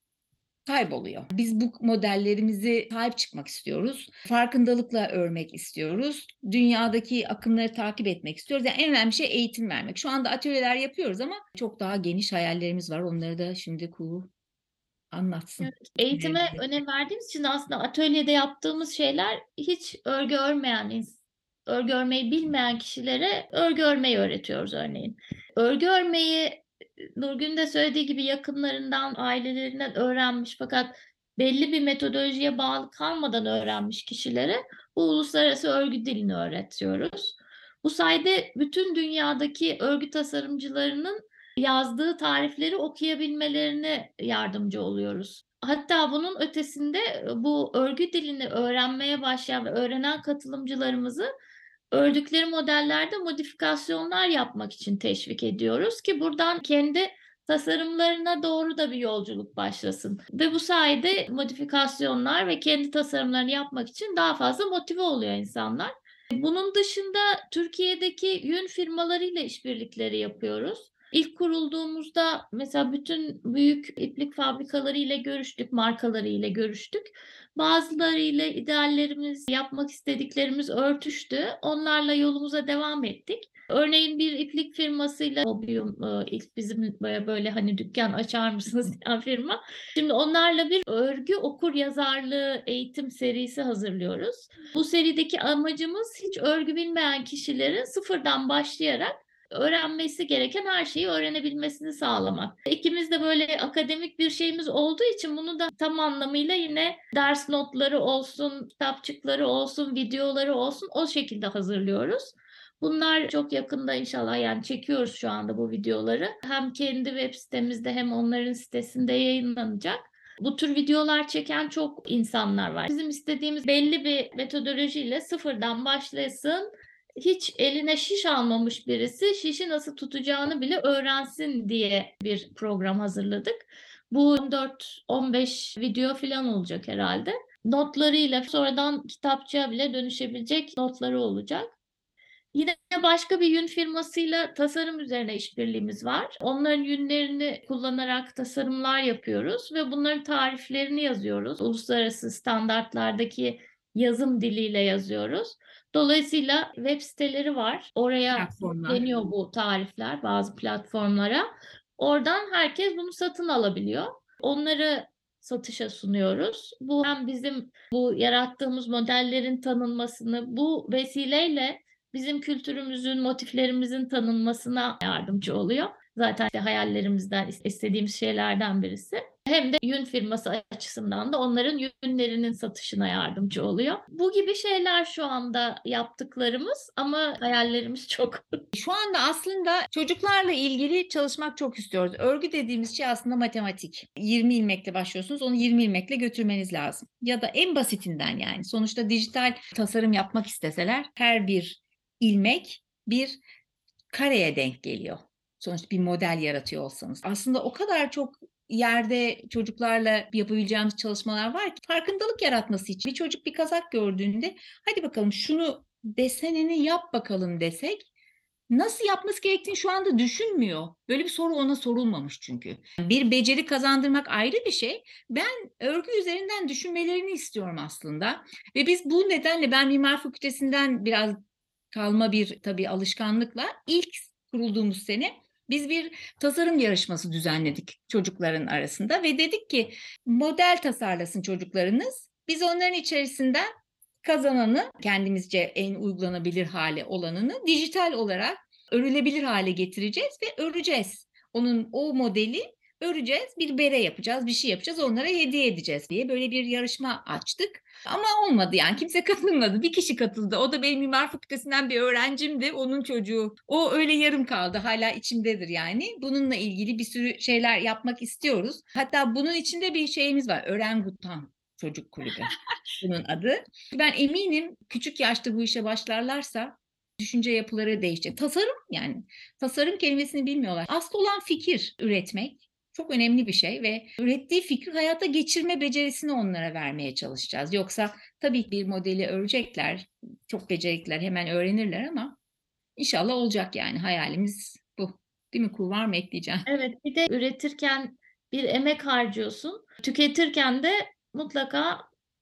kayboluyor. Biz bu modellerimizi sahip çıkmak istiyoruz. Farkındalıkla örmek istiyoruz. Dünyadaki akımları takip etmek istiyoruz. Yani en önemli şey eğitim vermek. Şu anda atölyeler yapıyoruz ama çok daha geniş hayallerimiz var. Onları da şimdi Kuğu anlatsın. Evet, eğitime önem verdiğimiz için aslında atölyede yaptığımız şeyler hiç örgü örmeyen, örgü örmeyi bilmeyen kişilere örgü örmeyi öğretiyoruz örneğin. Örgü örmeyi Nurgül'ün de söylediği gibi yakınlarından, ailelerinden öğrenmiş fakat belli bir metodolojiye bağlı kalmadan öğrenmiş kişilere bu uluslararası örgü dilini öğretiyoruz. Bu sayede bütün dünyadaki örgü tasarımcılarının yazdığı tarifleri okuyabilmelerine yardımcı oluyoruz. Hatta bunun ötesinde bu örgü dilini öğrenmeye başlayan ve öğrenen katılımcılarımızı ördükleri modellerde modifikasyonlar yapmak için teşvik ediyoruz ki buradan kendi tasarımlarına doğru da bir yolculuk başlasın. Ve bu sayede modifikasyonlar ve kendi tasarımlarını yapmak için daha fazla motive oluyor insanlar. Bunun dışında Türkiye'deki yün firmalarıyla işbirlikleri yapıyoruz. İlk kurulduğumuzda mesela bütün büyük iplik fabrikaları ile görüştük, markaları ile görüştük. Bazılarıyla ideallerimiz, yapmak istediklerimiz örtüştü. Onlarla yolumuza devam ettik. Örneğin bir iplik firmasıyla Obium ilk bizim böyle hani dükkan açar mısınız diyen firma. Şimdi onlarla bir örgü okur yazarlığı eğitim serisi hazırlıyoruz. Bu serideki amacımız hiç örgü bilmeyen kişilerin sıfırdan başlayarak öğrenmesi gereken her şeyi öğrenebilmesini sağlamak. İkimiz de böyle akademik bir şeyimiz olduğu için bunu da tam anlamıyla yine ders notları olsun, kitapçıkları olsun, videoları olsun o şekilde hazırlıyoruz. Bunlar çok yakında inşallah yani çekiyoruz şu anda bu videoları. Hem kendi web sitemizde hem onların sitesinde yayınlanacak. Bu tür videolar çeken çok insanlar var. Bizim istediğimiz belli bir metodolojiyle sıfırdan başlasın. Hiç eline şiş almamış birisi şişi nasıl tutacağını bile öğrensin diye bir program hazırladık. Bu 14-15 video falan olacak herhalde. Notlarıyla sonradan kitapçığa bile dönüşebilecek notları olacak. Yine başka bir yün firmasıyla tasarım üzerine işbirliğimiz var. Onların yünlerini kullanarak tasarımlar yapıyoruz ve bunların tariflerini yazıyoruz. Uluslararası standartlardaki yazım diliyle yazıyoruz. Dolayısıyla web siteleri var. Oraya Platformlar. yükleniyor bu tarifler bazı platformlara. Oradan herkes bunu satın alabiliyor. Onları satışa sunuyoruz. Bu hem bizim bu yarattığımız modellerin tanınmasını bu vesileyle bizim kültürümüzün, motiflerimizin tanınmasına yardımcı oluyor. Zaten işte hayallerimizden istediğimiz şeylerden birisi. Hem de yün firması açısından da onların yünlerinin satışına yardımcı oluyor. Bu gibi şeyler şu anda yaptıklarımız ama hayallerimiz çok. Şu anda aslında çocuklarla ilgili çalışmak çok istiyoruz. Örgü dediğimiz şey aslında matematik. 20 ilmekle başlıyorsunuz, onu 20 ilmekle götürmeniz lazım. Ya da en basitinden yani. Sonuçta dijital tasarım yapmak isteseler her bir ilmek bir kareye denk geliyor. Sonuçta bir model yaratıyor olsanız. Aslında o kadar çok yerde çocuklarla yapabileceğimiz çalışmalar var ki farkındalık yaratması için. Bir çocuk bir kazak gördüğünde hadi bakalım şunu desenini yap bakalım desek, nasıl yapması gerektiğini şu anda düşünmüyor. Böyle bir soru ona sorulmamış çünkü. Bir beceri kazandırmak ayrı bir şey. Ben örgü üzerinden düşünmelerini istiyorum aslında. Ve biz bu nedenle ben Mimar Fakültesinden biraz kalma bir tabii alışkanlıkla ilk kurulduğumuz sene biz bir tasarım yarışması düzenledik çocukların arasında ve dedik ki model tasarlasın çocuklarınız. Biz onların içerisinden kazananı kendimizce en uygulanabilir hale olanını dijital olarak örülebilir hale getireceğiz ve öreceğiz. O modeli öreceğiz, bir bere yapacağız, bir şey yapacağız, onlara hediye edeceğiz diye böyle bir yarışma açtık. Ama olmadı yani kimse katılmadı. Bir kişi katıldı. O da benim Mimar Fakültesinden bir öğrencimdi. Onun çocuğu. O öyle yarım kaldı. Hala içimdedir yani. Bununla ilgili bir sürü şeyler yapmak istiyoruz. Hatta bunun içinde bir şeyimiz var. Örengutan Çocuk Kulübü. Bunun adı. Ben eminim küçük yaşta bu işe başlarlarsa düşünce yapıları değişecek. Tasarım yani. Tasarım kelimesini bilmiyorlar. Asıl olan fikir üretmek çok önemli bir şey ve ürettiği fikri hayata geçirme becerisini onlara vermeye çalışacağız. Yoksa tabii ki bir modeli örecekler. Çok becerikliler, hemen öğrenirler ama inşallah olacak yani hayalimiz bu. Değil mi? Var mı ekleyeceğim? Evet, bir de üretirken bir emek harcıyorsun. Tüketirken de mutlaka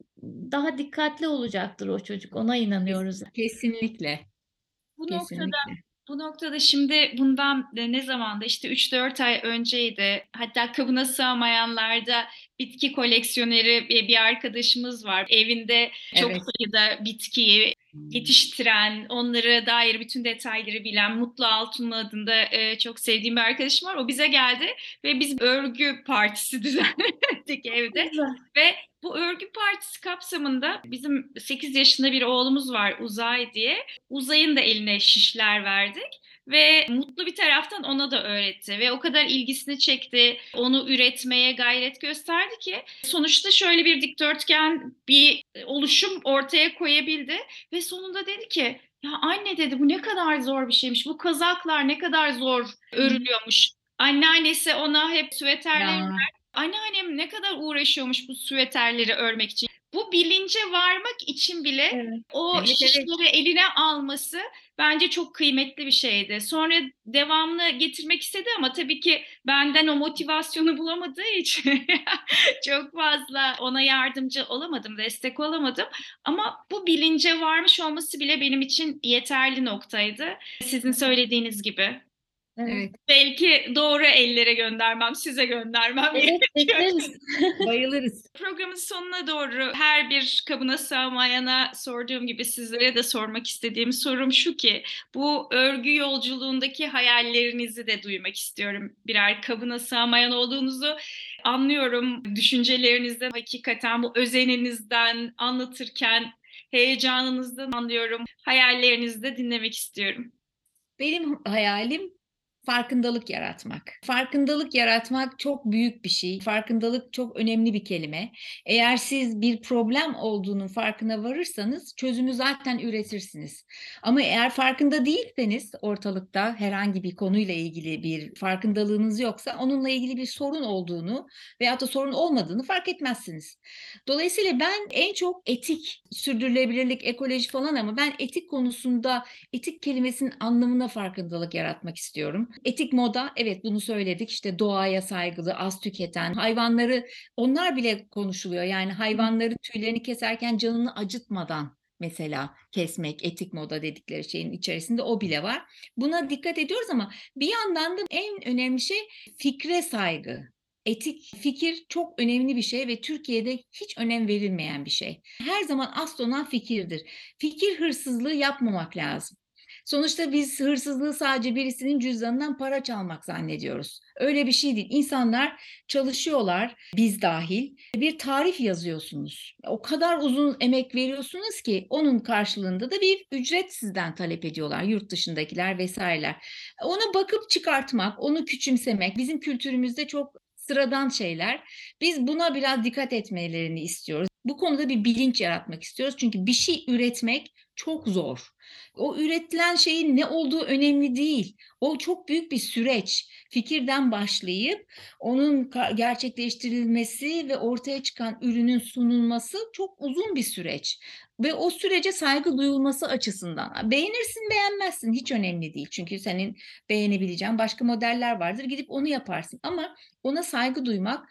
daha dikkatli olacaktır o çocuk. Ona inanıyoruz. Kesinlikle. Bu noktada Kesinlikle. Bu noktada şimdi bundan ne zamanda işte 3-4 ay önceydi. Hatta kabına sığamayanlarda bitki koleksiyoneri bir arkadaşımız var. Evinde çok Evet. sayıda bitkiyi yetiştiren, onlara dair bütün detayları bilen Mutlu Altunlu adında çok sevdiğim bir arkadaşım var. O bize geldi ve biz örgü partisi düzenledik evde. Güzel. Ve bu örgü partisi kapsamında bizim 8 yaşında bir oğlumuz var Uzay diye. Uzay'ın da eline şişler verdik ve Mutlu bir taraftan ona da öğretti ve o kadar ilgisini çekti, onu üretmeye gayret gösterdi ki sonuçta şöyle bir dikdörtgen bir oluşum ortaya koyabildi ve sonunda dedi ki ya anne dedi bu ne kadar zor bir şeymiş, bu kazaklar ne kadar zor örülüyormuş. Anneannesi ona hep süveterler, Ya. anneannem ne kadar uğraşıyormuş bu süveterleri örmek için. Bu bilince varmak için bile Evet. o Evet, evet. şişleri eline alması bence çok kıymetli bir şeydi. Sonra devamlı getirmek istedi ama tabii ki benden o motivasyonu bulamadığı için çok fazla ona yardımcı olamadım, destek olamadım. Ama bu bilince varmış olması bile benim için yeterli noktaydı. Sizin söylediğiniz gibi. Evet. Evet. Belki doğru ellere göndermem, size göndermem Evet, gerekiyor. bekleriz. Bayılırız. Programın sonuna doğru her bir kabına sığmayana sorduğum gibi sizlere de sormak istediğim sorum şu ki bu örgü yolculuğundaki hayallerinizi de duymak istiyorum. Birer kabına sığmayan olduğunuzu anlıyorum. Düşüncelerinizden, hakikaten bu özeninizden, anlatırken heyecanınızdan anlıyorum. Hayallerinizi de dinlemek istiyorum. Benim hayalim farkındalık yaratmak. Farkındalık yaratmak çok büyük bir şey. Farkındalık çok önemli bir kelime. Eğer siz bir problem olduğunun farkına varırsanız çözümü zaten üretirsiniz. Ama eğer farkında değilseniz ortalıkta herhangi bir konuyla ilgili bir farkındalığınız yoksa onunla ilgili bir sorun olduğunu veyahut da sorun olmadığını fark etmezsiniz. Dolayısıyla ben en çok etik, sürdürülebilirlik, ekoloji falan ama ben etik konusunda etik kelimesinin anlamına farkındalık yaratmak istiyorum. Etik moda, evet bunu söyledik. İşte doğaya saygılı, az tüketen, hayvanları onlar bile konuşuluyor. Yani hayvanların tüylerini keserken canını acıtmadan mesela kesmek, etik moda dedikleri şeyin içerisinde o bile var. Buna dikkat ediyoruz ama bir yandan da en önemli şey fikre saygı. Etik fikir çok önemli bir şey ve Türkiye'de hiç önem verilmeyen bir şey. Her zaman asıl olan fikirdir. Fikir hırsızlığı yapmamak lazım. Sonuçta biz hırsızlığı sadece birisinin cüzdanından para çalmak zannediyoruz. Öyle bir şey değil. İnsanlar çalışıyorlar, biz dahil. Bir tarif yazıyorsunuz. O kadar uzun emek veriyorsunuz ki onun karşılığında da bir ücret sizden talep ediyorlar. Yurt dışındakiler vesaireler. Ona bakıp çıkartmak, onu küçümsemek bizim kültürümüzde çok sıradan şeyler. Biz buna biraz dikkat etmelerini istiyoruz. Bu konuda bir bilinç yaratmak istiyoruz. Çünkü bir şey üretmek çok zor. O üretilen şeyin ne olduğu önemli değil. O çok büyük bir süreç. Fikirden başlayıp onun gerçekleştirilmesi ve ortaya çıkan ürünün sunulması çok uzun bir süreç. Ve o sürece saygı duyulması açısından. Beğenirsin, beğenmezsin, hiç önemli değil. Çünkü senin beğenebileceğin başka modeller vardır. Gidip onu yaparsın. Ama ona saygı duymak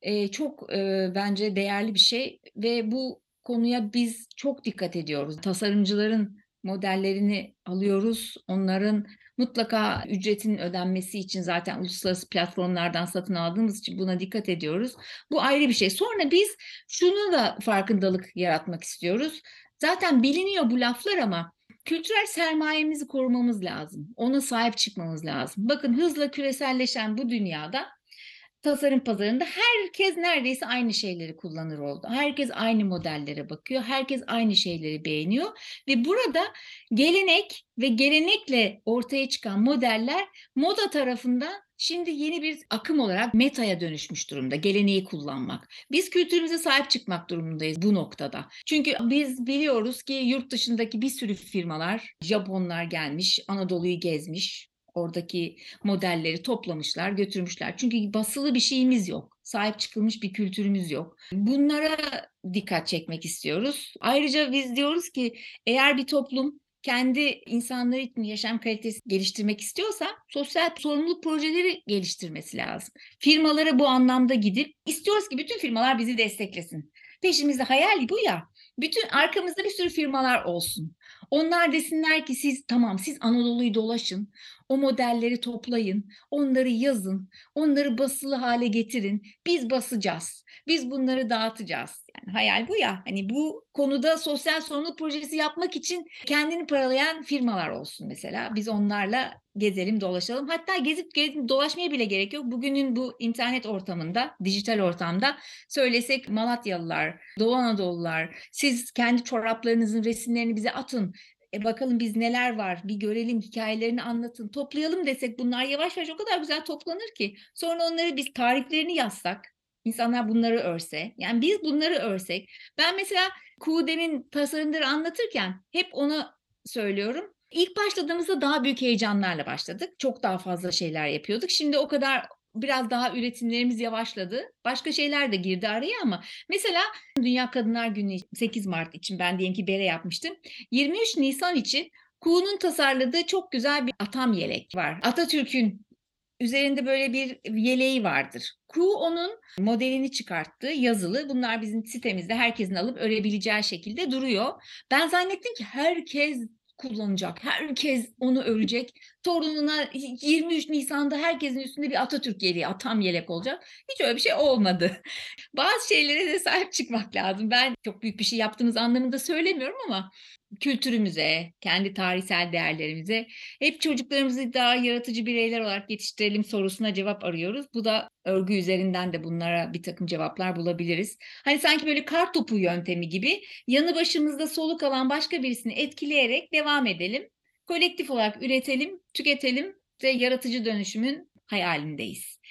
çok bence değerli bir şey ve bu konuya biz çok dikkat ediyoruz. Tasarımcıların modellerini alıyoruz. Onların mutlaka ücretinin ödenmesi için zaten uluslararası platformlardan satın aldığımız için buna dikkat ediyoruz. Bu ayrı bir şey. Sonra biz şunu da farkındalık yaratmak istiyoruz. Zaten biliniyor bu laflar ama kültürel sermayemizi korumamız lazım. Ona sahip çıkmamız lazım. Bakın hızla küreselleşen bu dünyada tasarım pazarında herkes neredeyse aynı şeyleri kullanır oldu. Herkes aynı modellere bakıyor. Herkes aynı şeyleri beğeniyor. Ve burada gelenek ve gelenekle ortaya çıkan modeller moda tarafından şimdi yeni bir akım olarak metaya dönüşmüş durumda. Geleneği kullanmak. Biz kültürümüze sahip çıkmak durumundayız bu noktada. Çünkü biz biliyoruz ki yurt dışındaki bir sürü firmalar, Japonlar gelmiş, Anadolu'yu gezmiş. Oradaki modelleri toplamışlar, götürmüşler. Çünkü basılı bir şeyimiz yok. Sahip çıkılmış bir kültürümüz yok. Bunlara dikkat çekmek istiyoruz. Ayrıca biz diyoruz ki eğer bir toplum kendi insanları için yaşam kalitesi geliştirmek istiyorsa sosyal sorumluluk projeleri geliştirmesi lazım. Firmalara bu anlamda gidip istiyoruz ki bütün firmalar bizi desteklesin. Peşimizde hayal bu ya. Bütün arkamızda bir sürü firmalar olsun. Onlar desinler ki siz Anadolu'yu dolaşın. O modelleri toplayın, onları yazın, onları basılı hale getirin. Biz basacağız, biz bunları dağıtacağız. Yani hayal bu ya. Hani bu konuda sosyal sorumluluk projesi yapmak için kendini paralayan firmalar olsun mesela. Biz onlarla gezelim, dolaşalım. Hatta gezip dolaşmaya bile gerek yok. Bugünün bu internet ortamında, dijital ortamda söylesek Malatyalılar, Doğu Anadolular, siz kendi çoraplarınızın resimlerini bize atın. Bakalım biz neler var bir görelim hikayelerini anlatın toplayalım desek bunlar yavaş yavaş o kadar güzel toplanır ki sonra onları biz tariflerini yazsak insanlar bunları örse yani biz bunları örsek ben mesela Kude'nin tasarımları anlatırken hep onu söylüyorum. İlk başladığımızda daha büyük heyecanlarla başladık. Çok daha fazla şeyler yapıyorduk. Şimdi o kadar biraz daha üretimlerimiz yavaşladı. Başka şeyler de girdi araya ama mesela Dünya Kadınlar Günü 8 Mart için ben diyelim ki bere yapmıştım. 23 Nisan için Kuğu'nun tasarladığı çok güzel bir atam yelek var. Atatürk'ün üzerinde böyle bir yeleği vardır. Kuğu onun modelini çıkarttı, yazılı. Bunlar bizim sitemizde herkesin alıp örebileceği şekilde duruyor. Ben zannettim ki herkes kullanacak, herkes onu örecek. Torununa 23 Nisan'da herkesin üstünde bir Atatürk yeleği, atam yelek olacak. Hiç öyle bir şey olmadı. Bazı şeylere de sahip çıkmak lazım. Ben çok büyük bir şey yaptığımız anlamında söylemiyorum ama kültürümüze, kendi tarihsel değerlerimize hep çocuklarımızı daha yaratıcı bireyler olarak yetiştirelim sorusuna cevap arıyoruz. Bu da örgü üzerinden de bunlara bir takım cevaplar bulabiliriz. Hani sanki böyle kar topu yöntemi gibi yanı başımızda soluk alan başka birisini etkileyerek devam edelim. Kolektif olarak üretelim, tüketelim ve yaratıcı dönüşümün hayalindeyiz.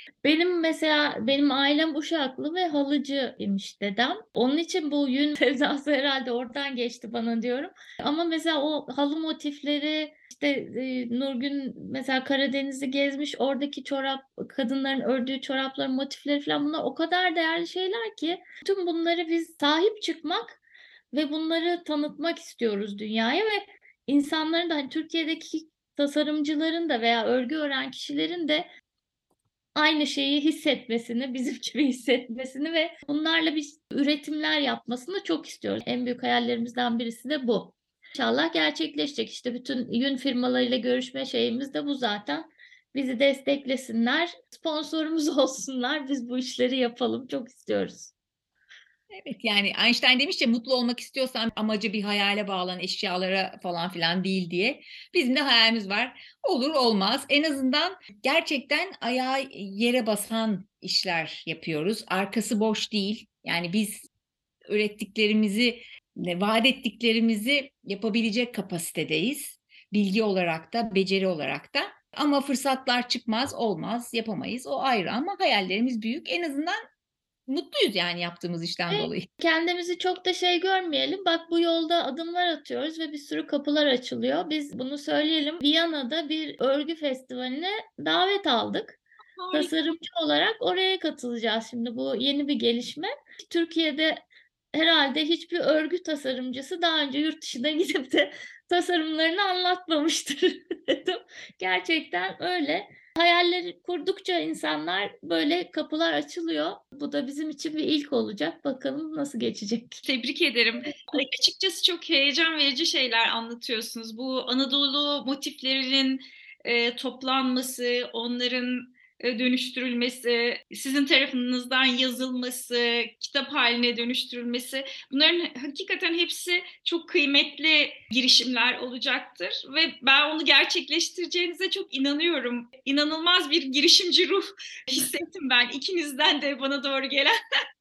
Benim ailem Uşaklı ve halıcı imiş dedem. Onun için bu yün sevdası herhalde oradan geçti bana diyorum. Ama mesela o halı motifleri işte Nurgün mesela Karadeniz'i gezmiş oradaki kadınların ördüğü çorapların motifleri falan bunlar o kadar değerli şeyler ki tüm bunları biz sahip çıkmak ve bunları tanıtmak istiyoruz dünyaya ve insanların da hani Türkiye'deki tasarımcıların da veya örgü ören kişilerin de aynı şeyi hissetmesini, bizim gibi hissetmesini ve bunlarla bir üretimler yapmasını çok istiyoruz. En büyük hayallerimizden birisi de bu. İnşallah gerçekleşecek. İşte bütün yün firmalarıyla görüşme şeyimiz de bu zaten. Bizi desteklesinler, sponsorumuz olsunlar, biz bu işleri yapalım. Çok istiyoruz. Evet yani Einstein demiş ya mutlu olmak istiyorsan amacı bir hayale bağlan eşyalara falan filan değil diye. Bizim de hayalimiz var. Olur olmaz. En azından gerçekten ayağı yere basan işler yapıyoruz. Arkası boş değil. Yani biz ürettiklerimizi, vaat ettiklerimizi yapabilecek kapasitedeyiz. Bilgi olarak da, beceri olarak da. Ama fırsatlar çıkmaz, olmaz, yapamayız. O ayrı ama hayallerimiz büyük. En azından mutluyuz yani yaptığımız işten Ve dolayı. kendimizi çok da şey görmeyelim. Bak bu yolda adımlar atıyoruz ve bir sürü kapılar açılıyor. Biz bunu söyleyelim. Viyana'da bir örgü festivaline davet aldık. Harika. Tasarımcı olarak oraya katılacağız şimdi. Bu yeni bir gelişme. Türkiye'de herhalde hiçbir örgü tasarımcısı daha önce yurt dışına gidip de tasarımlarını anlatmamıştır dedim. Gerçekten öyle. Hayalleri kurdukça insanlar böyle kapılar açılıyor. Bu da bizim için bir ilk olacak. Bakalım nasıl geçecek. Tebrik ederim. Açıkçası çok heyecan verici şeyler anlatıyorsunuz. Bu Anadolu motiflerinin toplanması, onların dönüştürülmesi, sizin tarafınızdan yazılması, kitap haline dönüştürülmesi, bunların hakikaten hepsi çok kıymetli girişimler olacaktır ve ben onu gerçekleştireceğinize çok inanıyorum. İnanılmaz bir girişimci ruh hissettim ben ikinizden de bana doğru gelen.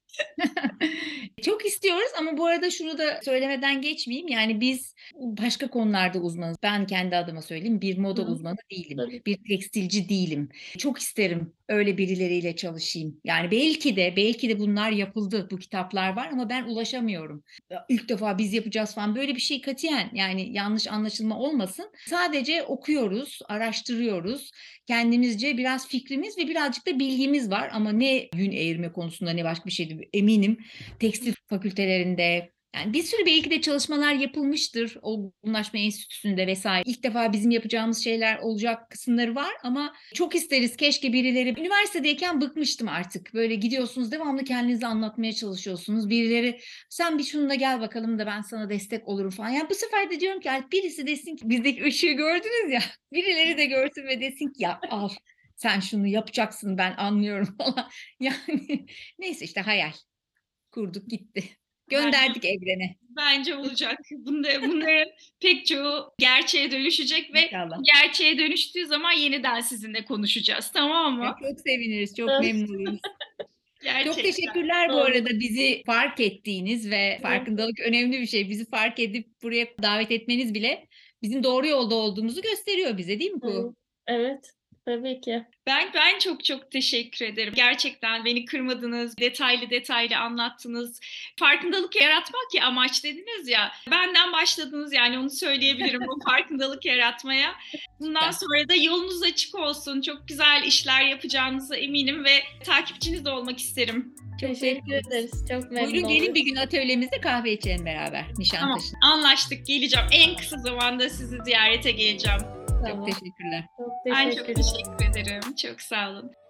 Çok istiyoruz ama bu arada şunu da söylemeden geçmeyeyim. Yani biz başka konularda uzmanız. Ben kendi adıma söyleyeyim, bir moda Hı. uzmanı değilim. Tabii. Bir tekstilci değilim. Çok isterim öyle birileriyle çalışayım. Yani belki de bunlar yapıldı. Bu kitaplar var ama ben ulaşamıyorum. İlk defa biz yapacağız falan böyle bir şey katiyen yani yanlış anlaşılma olmasın. Sadece okuyoruz, araştırıyoruz. Kendimizce biraz fikrimiz ve birazcık da bilgimiz var ama ne yün eğirme konusunda ne başka bir şeyde eminim tekstil fakültelerinde yani bir sürü belki de çalışmalar yapılmıştır olgunlaşma enstitüsünde vesaire. İlk defa bizim yapacağımız şeyler olacak kısımları var ama çok isteriz keşke birileri. Üniversitedeyken bıkmıştım artık. Böyle gidiyorsunuz devamlı kendinizi anlatmaya çalışıyorsunuz. Birileri sen bir şununla gel bakalım da ben sana destek olurum falan. Yani bu sefer de diyorum ki artık birisi desin ki bizdeki ışığı gördünüz ya. Birileri de görsün ve desin ki ya al sen şunu yapacaksın ben anlıyorum falan. Yani neyse işte hayal kurduk gitti. Gönderdik evrene Bence olacak. Bunların pek çoğu gerçeğe dönüşecek ve inşallah. gerçeğe dönüştüğü zaman yeniden sizinle konuşacağız. Tamam Ya mı? çok seviniriz, çok memnun oluruz. Çok Gerçekten. teşekkürler bu Olur. arada bizi fark ettiğiniz ve farkındalık önemli bir şey. Bizi fark edip buraya davet etmeniz bile bizim doğru yolda olduğumuzu gösteriyor bize değil mi Kuğu? Evet, tabii ki. Ben çok teşekkür ederim. Gerçekten beni kırmadınız, detaylı anlattınız. Farkındalık yaratmak ya amaç dediniz ya. Benden başladınız yani onu söyleyebilirim bu farkındalık yaratmaya. Bundan sonra da yolunuz açık olsun. Çok güzel işler yapacağınıza eminim ve takipçiniz de olmak isterim. Teşekkür ederiz. Çok memnun Buyurun gelin oldum. bir gün atölyemizde kahve içelim beraber Tamam, Nişantaşı'nda. anlaştık. Geleceğim. En kısa zamanda sizi ziyarete geleceğim. Çok Tamam. teşekkürler. Çok Ben çok teşekkür ederim. teşekkür ederim. Çok sağ olun.